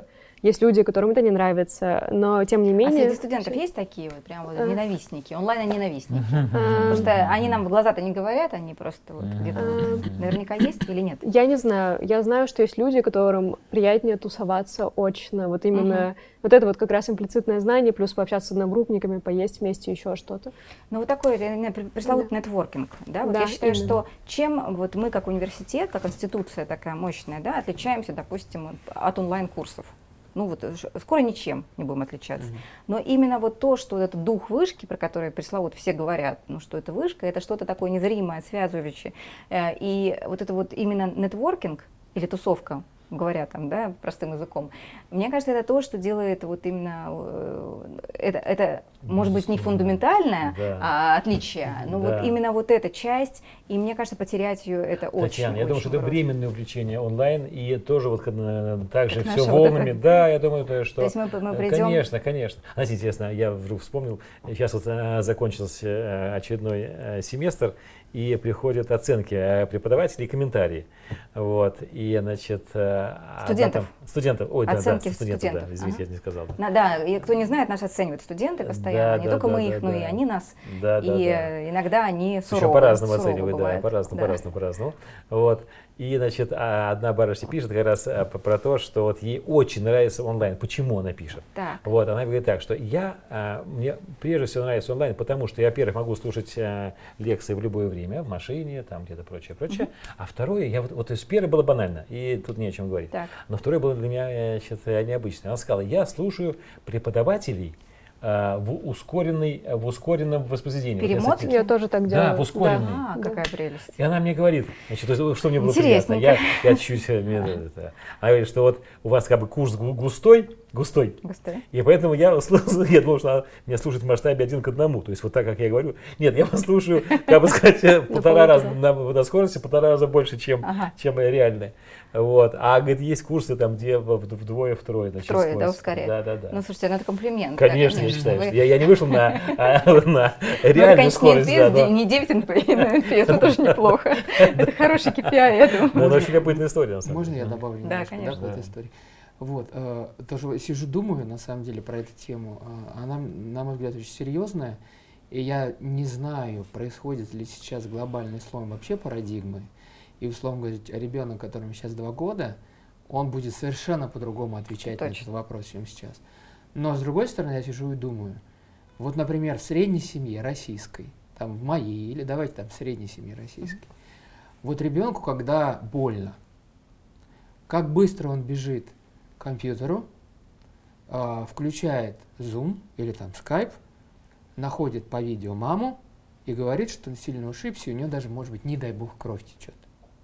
есть люди, которым это не нравится, но тем не А менее... среди студентов есть такие вот прям вот А. ненавистники, онлайн-ненавистники? А, Потому что они нам в глаза-то не говорят, они просто вот где-то А. наверняка есть или нет? Я не знаю. Я знаю, что есть люди, которым приятнее тусоваться очно. Вот именно Мгм. вот это вот как раз имплицитное знание, плюс пообщаться с одногруппниками, поесть вместе, еще что-то. Ну, вот такой э, при- пресловутый нетворкинг, да? Вот Да, я считаю, именно. что чем вот мы как университет, как институция такая мощная, да, отличаемся, допустим, от- от онлайн-курсов. Ну вот э, ш- скоро ничем не будем отличаться. Но именно вот то, что этот дух вышки, про который пресловут все говорят, ну что это вышка, это что-то такое незримое, связывающее. Э, И вот это вот именно нетворкинг или тусовка, говоря там, да, простым языком, мне кажется, это то, что делает вот именно, э, это, это может быть не Безусловно. фундаментальное Да. а, отличие, но Да. вот именно вот эта часть, и мне кажется, потерять ее это очень, Татьяна, я думаю, что это очень временное увлечение онлайн, и тоже вот когда, также Как все наша вот волнами. эта- Да, я думаю, то, что... То есть мы, мы э, придем... Конечно, конечно. Знаете, интересно, я вдруг вспомнил, сейчас вот э, закончился э, очередной э, семестр, и приходят оценки э, преподавателей и комментарии. Вот, и, значит... э, одна Студентов. там- студентов. Ой, да, да, Оценки студентов, студентов. да, извините, Ага. я не сказал. Да, На- Да, и кто не знает, нас оценивают студенты постоянно, Да, не да, только да, мы да, их, но и да. они нас. Да, И да, да. э, иногда они Причем суровы. по-разному суровы оценивают, да, бывают. по-разному, Да. по-разному, по-разному. Вот. И, значит, а одна барышня пишет как раз а, п- про то, что вот ей очень нравится онлайн. Почему она пишет? Так. Вот, она говорит так, что я, а, мне прежде всего нравится онлайн, потому что я, во-первых, могу слушать а, лекции в любое время, в машине, там где-то прочее, прочее. А второе, я вот, вот, то есть первое было банально, и тут не о чем говорить. Так. Но второе было для меня, э, значит, э, необычное. Она сказала, я слушаю преподавателей а, в, ускоренной, в ускоренном воспроизведении. Вот я, Перемотки? кстати, Я тоже так делаю. Да, в ускоренной. А, Да. какая прелесть. и она мне говорит, значит, то есть, что мне было приятно, Интересненько. я, я чуть-чуть, э, мне, это, она говорит, что вот у вас как бы курс гу- густой, густой, Густой. и поэтому я, слушаю- я думал, что она меня слушает в масштабе один к одному, то есть вот так, как я говорю. Нет, я вас слушаю, как бы сказать, э, полтора раза на, на скорости, полтора раза больше, чем, Ага. чем реально. Вот. А, говорит, есть курсы там, где в- в- вдвое, втрое, значит, Втрое, да, скорость. ускоряет. Да, да, да. Ну, слушайте, ну это комплимент. да, Конечно, я считаю, Вы- что я, я не вышел на, а, на Ну, это, реальную конечно, скорость. не да, эн пи эс, но- не девять эн пи эс, но тоже неплохо. Это хороший кей пи ай, я но думаю. это очень любопытная история, на самом Можно деле. я добавлю Да, немножко, конечно. к этой Да. истории? Вот, э, тоже сижу, думаю, на самом деле, про эту тему. Э, Она, на мой взгляд, очень серьезная. И я не знаю, происходит ли сейчас глобальный слом вообще парадигмы. И, условно говоря, ребенок, которому сейчас два года, он будет совершенно по-другому отвечать на Точно. этот вопрос, чем сейчас. Но, с другой стороны, я сижу и думаю. Вот, например, в средней семье российской, там, в моей, или давайте там в средней семье российской, вот ребенку, когда больно, как быстро он бежит к компьютеру, а, включает Zoom или там Skype, находит по видео маму и говорит, что он сильно ушибся, и у нее даже, может быть, не дай бог, кровь течет.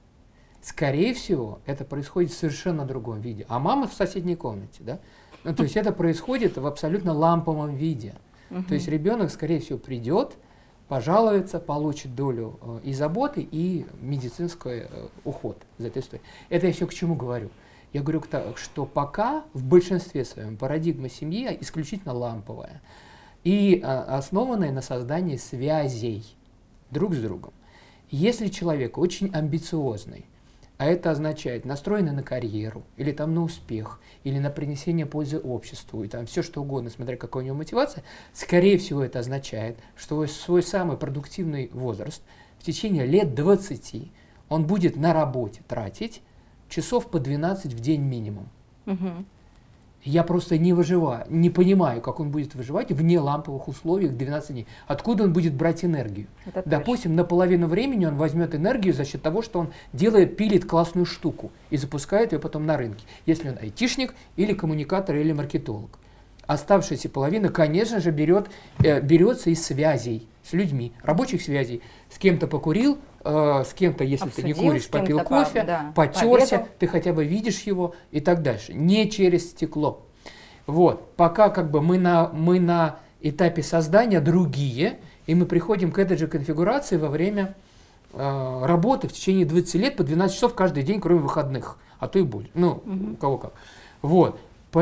Скорее всего, это происходит в совершенно другом виде. А мама в соседней комнате, да? Ну, то есть это происходит в абсолютно ламповом виде. То есть ребенок, скорее всего, придет, пожалуется, получит долю э, и заботы, и медицинский э, уход за этой историей. Это я все к чему говорю? Я говорю, к тому, что пока в большинстве своем парадигма семьи исключительно ламповая и а, основанная на создании связей друг с другом. Если человек очень амбициозный, а это означает настроенный на карьеру, или там на успех, или на принесение пользы обществу, и там все что угодно, смотря какая у него мотивация, скорее всего это означает, что в свой самый продуктивный возраст в течение лет двадцати он будет на работе тратить часов по двенадцать в день минимум. Мгм. Я просто не выживаю, не понимаю, как он будет выживать в неламповых условиях двенадцать дней. Откуда он будет брать энергию? Это точно. Допустим, на половину времени он возьмет энергию за счет того, что он делает, пилит классную штуку и запускает ее потом на рынке, если он айтишник или коммуникатор или маркетолог. Оставшаяся половина, конечно же, берет, э, берется из связей с людьми, рабочих связей. С кем-то покурил, э, с кем-то, если ты не Обсудил, куришь, с кем-то попил по- кофе, да, потерся, пообедал. ты хотя бы видишь его и так дальше. Не через стекло. Вот. Пока как бы мы на, мы на этапе создания другие, и мы приходим к этой же конфигурации во время э, работы в течение двадцати лет по двенадцать часов каждый день, кроме выходных, а то и более. Ну, у кого как. Вот.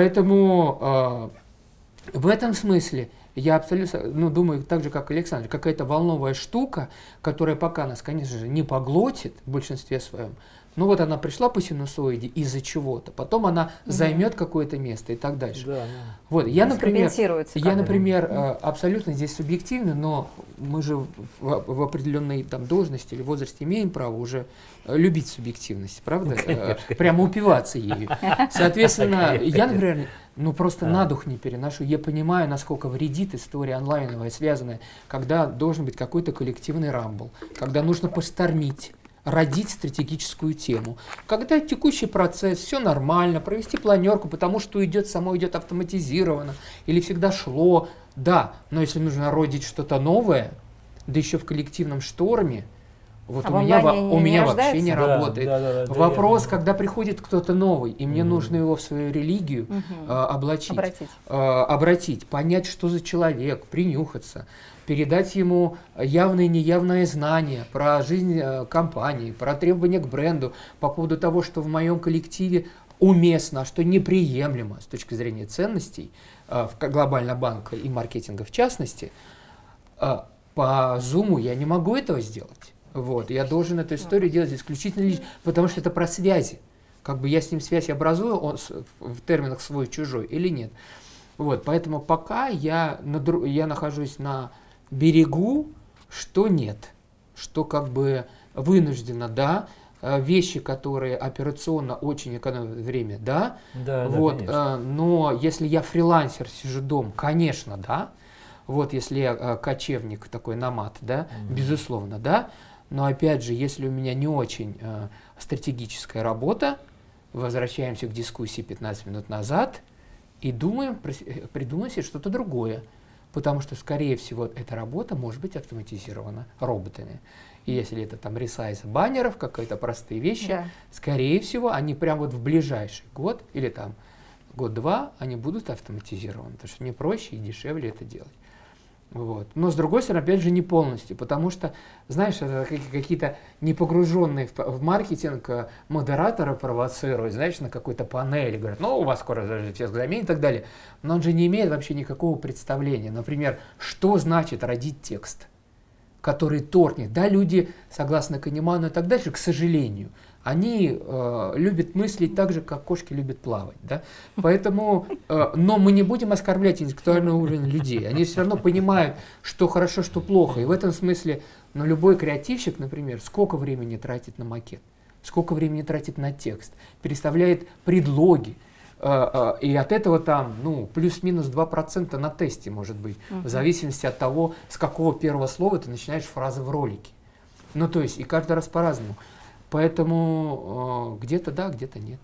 Поэтому э, в этом смысле я абсолютно, ну, думаю, так же, как Александр, какая-то волновая штука, которая пока нас, конечно же, не поглотит в большинстве своем, Ну вот она пришла по синусоиде из-за чего-то, потом она Мгм. займет какое-то место и так дальше. Да, Вот, я, например, Скомпенсируется я, как-то. например, э, абсолютно здесь субъективно, но мы же в, в- в определенной там должности или возрасте имеем право уже э, любить субъективность, правда? Э, Прямо упиваться ею. Соответственно, я, например, ну просто А. на дух не переношу. Я понимаю, насколько вредит история онлайновая, связанная, когда должен быть какой-то коллективный рамбл, когда нужно постормить, родить стратегическую тему. Когда текущий процесс, все нормально, провести планерку, потому что идет, само идет автоматизированно, или всегда шло, да, но если нужно родить что-то новое, да еще в коллективном шторме, вот А у в меня, во- онлайне у не меня рождается? вообще не Да, работает. да, да, да, Вопрос, я- когда приходит кто-то новый, и мне Мгм. нужно его в свою религию Мгм. э, облачить, Обратить. э, обратить, понять, что за человек, принюхаться, передать ему явное и неявное знание про жизнь э, компании, про требования к бренду, по поводу того, что в моем коллективе уместно, а что неприемлемо с точки зрения ценностей э, в к- глобального банка и маркетинга в частности. Э, по Zoom я не могу этого сделать. Вот, я должен эту историю делать исключительно лично, потому что это про связи. Как бы я с ним связь образую он с- в в терминах свой-чужой или нет. Вот, поэтому пока я, на, дру- я нахожусь на берегу, что нет, что как бы вынуждено, да, э, вещи, которые операционно очень экономят время, да, Да, да, вот, конечно. э, но если я фрилансер, сижу дома, конечно, да, вот если я э, кочевник такой номад, да, Мгм. безусловно, да, но опять же, если у меня не очень э, стратегическая работа, возвращаемся к дискуссии пятнадцать минут назад и думаем, про с- э, придумаем себе что-то другое, потому что, скорее всего, эта работа может быть автоматизирована роботами. И если это там ресайз баннеров, какие-то простые вещи, Да. скорее всего, они прям вот в ближайший год или там год-два, они будут автоматизированы, потому что мне проще и дешевле это делать. Вот. Но с другой стороны, опять же, не полностью, потому что, знаешь, это как- какие-то непогруженные в, в маркетинг э, модераторы провоцируют, знаешь, на какой-то панели, говорят, ну, у вас скоро даже все экзамен и так далее. Но он же не имеет вообще никакого представления. Например, что значит родить текст, который торкнет. Да, люди, согласно Канеману и так дальше, к сожалению, они э, любят мыслить так же, как кошки любят плавать. Да? Поэтому, э, но мы не будем оскорблять интеллектуальный уровень людей. Они все равно понимают, что хорошо, что плохо. И в этом смысле, ну, любой креативщик, например, сколько времени тратит на макет, сколько времени тратит на текст, переставляет предлоги. Э, э, И от этого там, ну, плюс-минус два процента на тесте может быть, в зависимости от того, с какого первого слова ты начинаешь фразы в ролике. Ну, то есть, и каждый раз по-разному. Поэтому э, где-то да, где-то нет.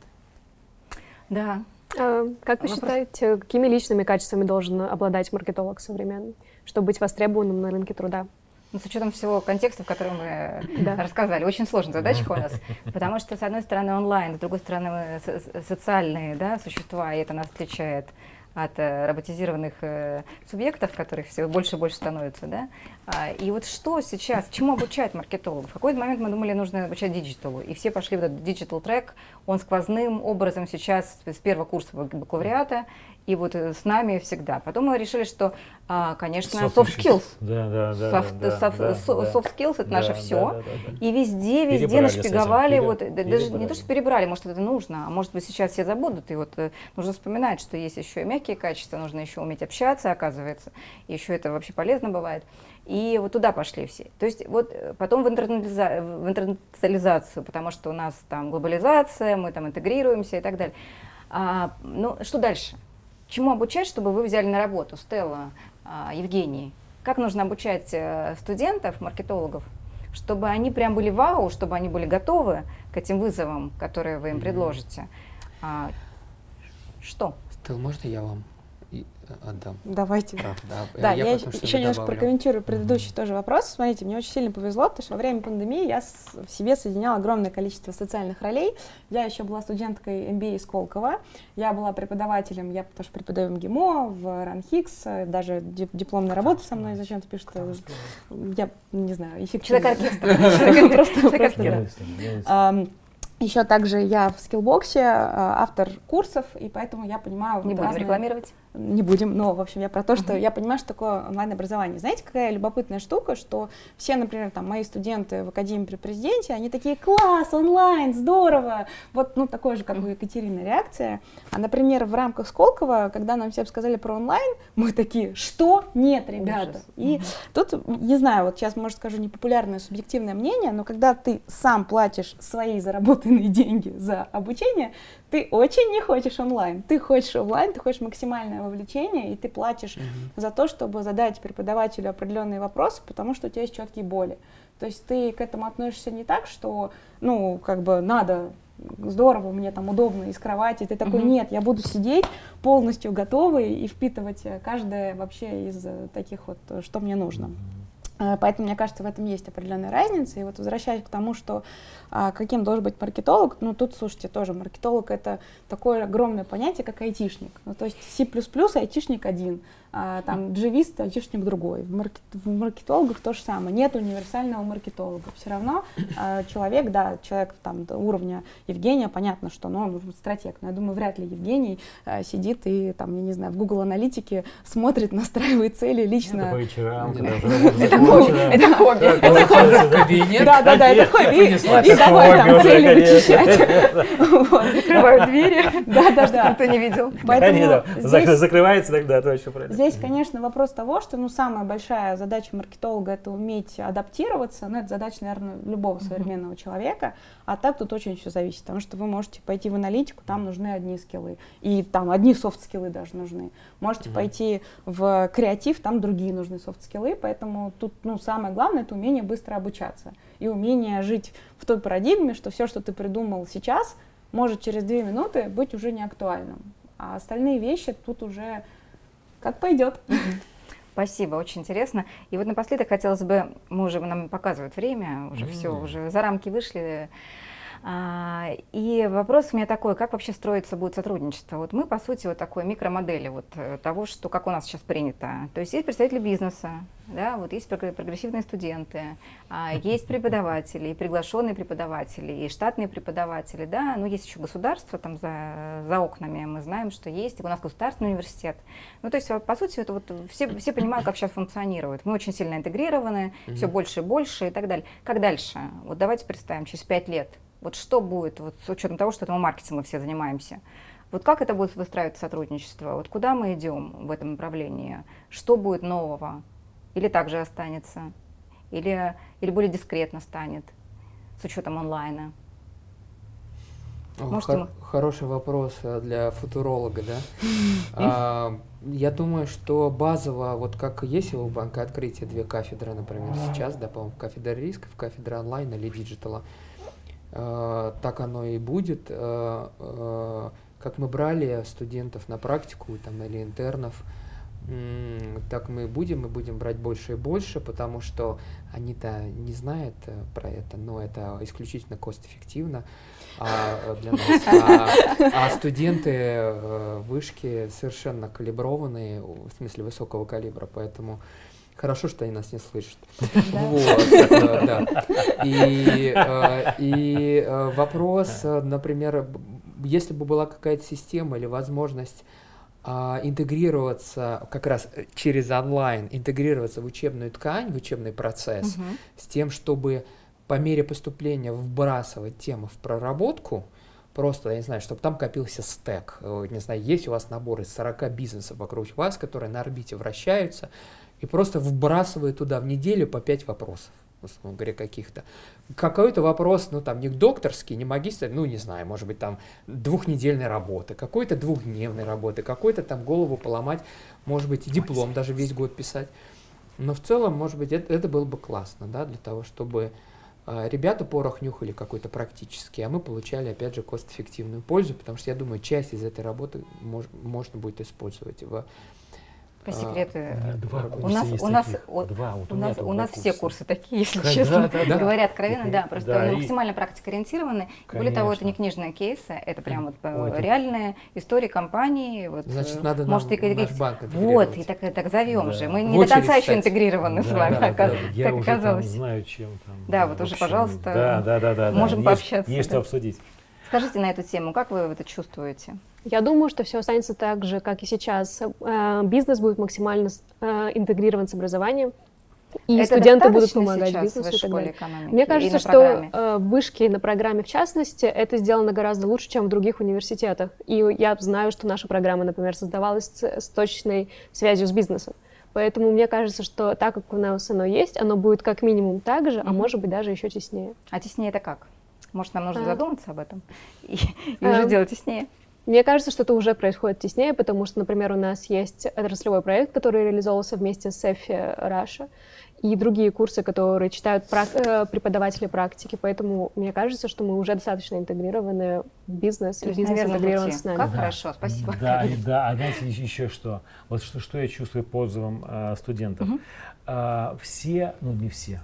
Да. А, Как вы Вопрос. считаете, какими личными качествами должен обладать маркетолог современный, чтобы быть востребованным на рынке труда? Ну, с учетом всего контекста, в котором мы Да. рассказали, очень сложная задачка у нас, потому что, с одной стороны, онлайн, с другой стороны, мы со- со- социальные, да, существа, и это нас отличает от э, роботизированных э, субъектов, которых все больше и больше становится, да. А, и вот что сейчас, чему обучать маркетологов? В какой-то момент мы думали, нужно обучать диджиталу, и все пошли в этот диджитал трек, он сквозным образом сейчас с первого курса бакалавриата, и вот э, с нами всегда. Потом мы решили, что, а, конечно, soft skills. Да, да, да. Soft, да, soft- да, so- да. soft skills это Да, наше да, все. да, да, да. И везде, везде Перебрали с этим, нашпиговали, пере- вот, да, даже не перебрали. то, что перебрали, может, это нужно, а может быть, сейчас все забудут, и вот э, нужно вспоминать, что есть еще и мягкие качества, нужно еще уметь общаться, оказывается, и еще это вообще полезно бывает. И вот туда пошли все. То есть вот э, потом в, интернализа- в интернационализацию, потому что у нас там глобализация, мы там интегрируемся и так далее. А, ну, что дальше? Чему обучать, чтобы вы взяли на работу? Стелла, а, Евгений, как нужно обучать э, студентов, маркетологов, чтобы они прям были вау, чтобы они были готовы к этим вызовам, которые вы им предложите? А, что? Стелла, можно я вам и, э, отдам? Давайте. Прав, да, Да, я, потом что-нибудь еще немножко добавлю. прокомментирую предыдущий тоже вопрос. Смотрите, мне очень сильно повезло, потому что во время пандемии я с- в себе соединяла огромное количество социальных ролей. Я еще была студенткой эм би эй Сколково, я была преподавателем, я тоже преподаю в МГИМО, в РАНХИКС, даже дип- дипломная работа со мной зачем-то пишет. Я не знаю, эффективно. Человек-оркестр. Просто- Человек-оркестр. просто, да. Ам, Еще также я в скиллбоксе, а, автор курсов, и поэтому я понимаю... Не вот будем разные- рекламировать. не будем, но, в общем, я про то, что я понимаю, что такое онлайн-образование. Знаете, какая любопытная штука, что все, например, там, мои студенты в Академии при президенте, они такие: класс, онлайн, здорово, вот, ну, такое же, как у Екатерины, реакция. А, например, в рамках Сколково, когда нам всем сказали про онлайн, мы такие: что? Нет, ребята. Ужас. И тут, не знаю, вот сейчас, может, скажу непопулярное субъективное мнение, но когда ты сам платишь свои заработанные деньги за обучение, ты очень не хочешь онлайн. Ты хочешь онлайн, ты хочешь максимальное вовлечение, и ты платишь mm-hmm. за то, чтобы задать преподавателю определенные вопросы, потому что у тебя есть четкие боли. То есть ты к этому относишься не так, что, ну, как бы надо, здорово, мне там удобно из кровати. Ты такой: mm-hmm. нет, я буду сидеть полностью готовый и впитывать каждое вообще из таких вот, что мне нужно. Поэтому, мне кажется, в этом есть определенная разница. И вот возвращаясь к тому, что а, каким должен быть маркетолог, ну тут, слушайте, тоже маркетолог — это такое огромное понятие, как айтишник. Ну, то есть C++ айтишник один, а, там джавист айтишник другой. В, маркет, в маркетологах то же самое. Нет универсального маркетолога. Все равно а, человек, да, человек там уровня Евгения, понятно, что, ну, он стратег. Но я думаю, вряд ли Евгений а, сидит и там, я не знаю, в Google аналитике смотрит, настраивает цели лично. Это по вечерам, Это хобби, это хобби. Да, да, да, это хобби. И давай там цели вычищать. Закрывают двери. Да, да, да. Кто не видел. Закрывается тогда, точно правильно. Здесь, конечно, вопрос того, что, ну, самая большая задача маркетолога — это уметь адаптироваться. Ну, это задача, наверное, любого современного человека. А так тут очень все зависит, потому что вы можете пойти в аналитику, там нужны одни скиллы. И там одни софт-скиллы даже нужны. Можете uh-huh. пойти в креатив, там другие нужны софт-скиллы. Поэтому тут, ну, самое главное — это умение быстро обучаться. И умение жить в той парадигме, что все, что ты придумал сейчас, может через две минуты быть уже не актуальным. А остальные вещи тут уже как пойдет. Спасибо, очень интересно. И вот напоследок хотелось бы, мы уже, нам показывают время, уже mm. все, уже за рамки вышли. А, и вопрос у меня такой: как вообще строиться будет сотрудничество? Вот мы, по сути, вот такой микромодели вот того, что, как у нас сейчас принято. То есть есть представители бизнеса, да, вот есть прогрессивные студенты, а, есть преподаватели, и приглашенные преподаватели, и штатные преподаватели, да, ну есть еще государство там за, за окнами, мы знаем, что есть, и у нас государственный университет. Ну то есть, по сути, это вот все, все понимают, как сейчас функционирует. Мы очень сильно интегрированы, mm-hmm. все больше и больше и так далее. Как дальше? Вот давайте представим, через пять лет. Вот что будет, вот с учетом того, что мы маркетингом все занимаемся, вот как это будет выстраивать сотрудничество, вот куда мы идем в этом направлении, что будет нового, или также останется, или, или более дискретно станет с учетом онлайна? О, Можете хор- хороший вопрос для футуролога, да? а, я думаю, что базово, вот как есть у банка открытия две кафедры, например, сейчас, да, по-моему, кафедра рисков, кафедра онлайна или диджитала. Uh, так оно и будет. Uh, uh, как мы брали студентов на практику там, или интернов, um, так мы и будем, мы будем брать больше и больше, потому что они-то не знают uh, про это, но это исключительно кост-эффективно uh, для нас. А, а студенты uh, вышки совершенно калиброванные, в смысле высокого калибра, поэтому хорошо, что они нас не слышат. Да. Вот, э, да. И, э, и э, вопрос, э, например, если бы была какая-то система или возможность э, интегрироваться как раз через онлайн, интегрироваться в учебную ткань, в учебный процесс, угу. с тем, чтобы по мере поступления вбрасывать темы в проработку, просто, я не знаю, чтобы там копился стек. Не знаю, есть у вас набор из сорока бизнесов вокруг вас, которые на орбите вращаются, и просто вбрасывают туда в неделю по пять вопросов, условно говоря, каких-то. Какой-то вопрос, ну там не докторский, не магистр, ну не знаю, может быть там двухнедельной работы, какой-то двухдневной работы, какой-то там голову поломать, может быть и диплом даже весь год писать. Но в целом, может быть, это, это было бы классно, да, для того, чтобы э, ребята порох нюхали какой-то практический, а мы получали, опять же, кост-эффективную пользу, потому что я думаю, часть из этой работы мож, можно будет использовать в По секрету, у у нас, у нас, два, вот у у нас, у нас все курсы такие, если да, честно, да, да, говоря откровенно, да, просто да, ну, и... максимально практикоориентированы. Более того, это не книжные кейсы, это прям вот Ой, реальные истории компании. Вот, значит, надо может, нам и, наш банк вот, и так, так зовем да. же. Мы В не до конца очередь, еще кстати. интегрированы да, с вами, да, как, да, как я уже оказалось. там знаю, чем там. Да, вот уже, общем, пожалуйста, да, да, да, да, можем да. пообщаться. Есть, есть да. что обсудить. Скажите на эту тему, как вы это чувствуете? Я думаю, что все останется так же, как и сейчас. Э, Бизнес будет максимально э, интегрирован с образованием, и Это студенты будут достаточно помогать сейчас в бизнесу и высшей так школе далее. экономики Мне и кажется, на что программе? э, в вышке и на программе в частности это сделано гораздо лучше, чем в других университетах. И я знаю, что наша программа, например, создавалась с, с точной связью с бизнесом. Поэтому мне кажется, что так, как у нас оно есть, оно будет как минимум так же, mm-hmm. а может быть даже еще теснее. А теснее это как? Может, нам нужно а. задуматься об этом и, и а. уже делать теснее? Мне кажется, что это уже происходит теснее, потому что, например, у нас есть отраслевой проект, который реализовывался вместе с эф и Russia, и другие курсы, которые читают прак- преподаватели практики. Поэтому мне кажется, что мы уже достаточно интегрированы в бизнес, и бизнес интегрирован с нами. Как да. хорошо, спасибо. Да, и, да, а знаете еще что? Вот что, что я чувствую по отзывам э, студентов. Угу. Э, все, ну не все,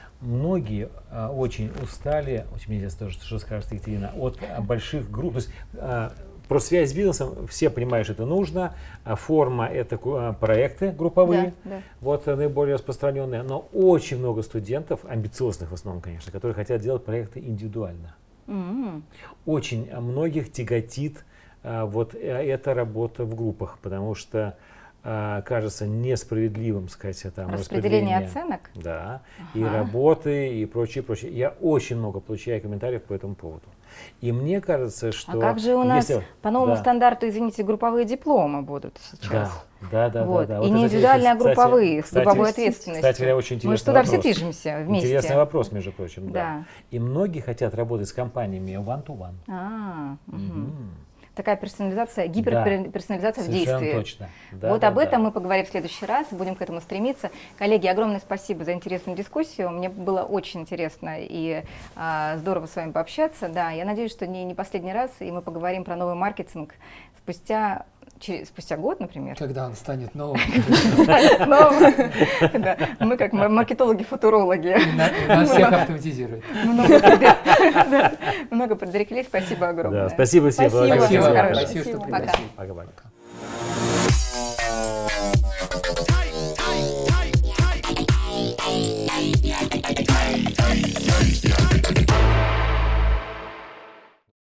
многие э, очень устали, очень мне интересно тоже, что скажет Екатерина, от э, больших групп. То есть, э, про связь с бизнесом все понимают, что это нужно. Форма — это проекты групповые, да, да. Вот наиболее распространенные. Но очень много студентов, амбициозных в основном, конечно, которые хотят делать проекты индивидуально. Mm-hmm. Очень многих тяготит а, вот эта работа в группах, потому что а, кажется несправедливым, сказать, там, распределение оценок, да, ага. и работы, и прочее, прочее. Я очень много получаю комментариев по этому поводу. И мне кажется, что... А как же у нас если... по новому да. стандарту, извините, групповые дипломы будут сейчас? Да, да, да. Вот. да, да. И вот не индивидуальные, а групповые, кстати, с групповой ответственностью. Кстати говоря, очень интересный Мы же туда вопрос. все движемся вместе. Интересный вопрос, между прочим, да. да. И многие хотят работать с компаниями one-to-one. А, угу. Угу. Такая персонализация, гиперперсонализация, да, в действии. Точно. Да, вот да, об этом да. мы поговорим в следующий раз, будем к этому стремиться. Коллеги, огромное спасибо за интересную дискуссию. Мне было очень интересно и а, здорово с вами пообщаться. Да, я надеюсь, что не, не последний раз, и мы поговорим про новый маркетинг спустя, через, спустя год, например. Когда он станет новым. Мы как маркетологи-футурологи. Нас всех автоматизируют. Много предрекли. Спасибо огромное. Спасибо всем. Спасибо. Спасибо, что пригласили. Пока. Пока-пока.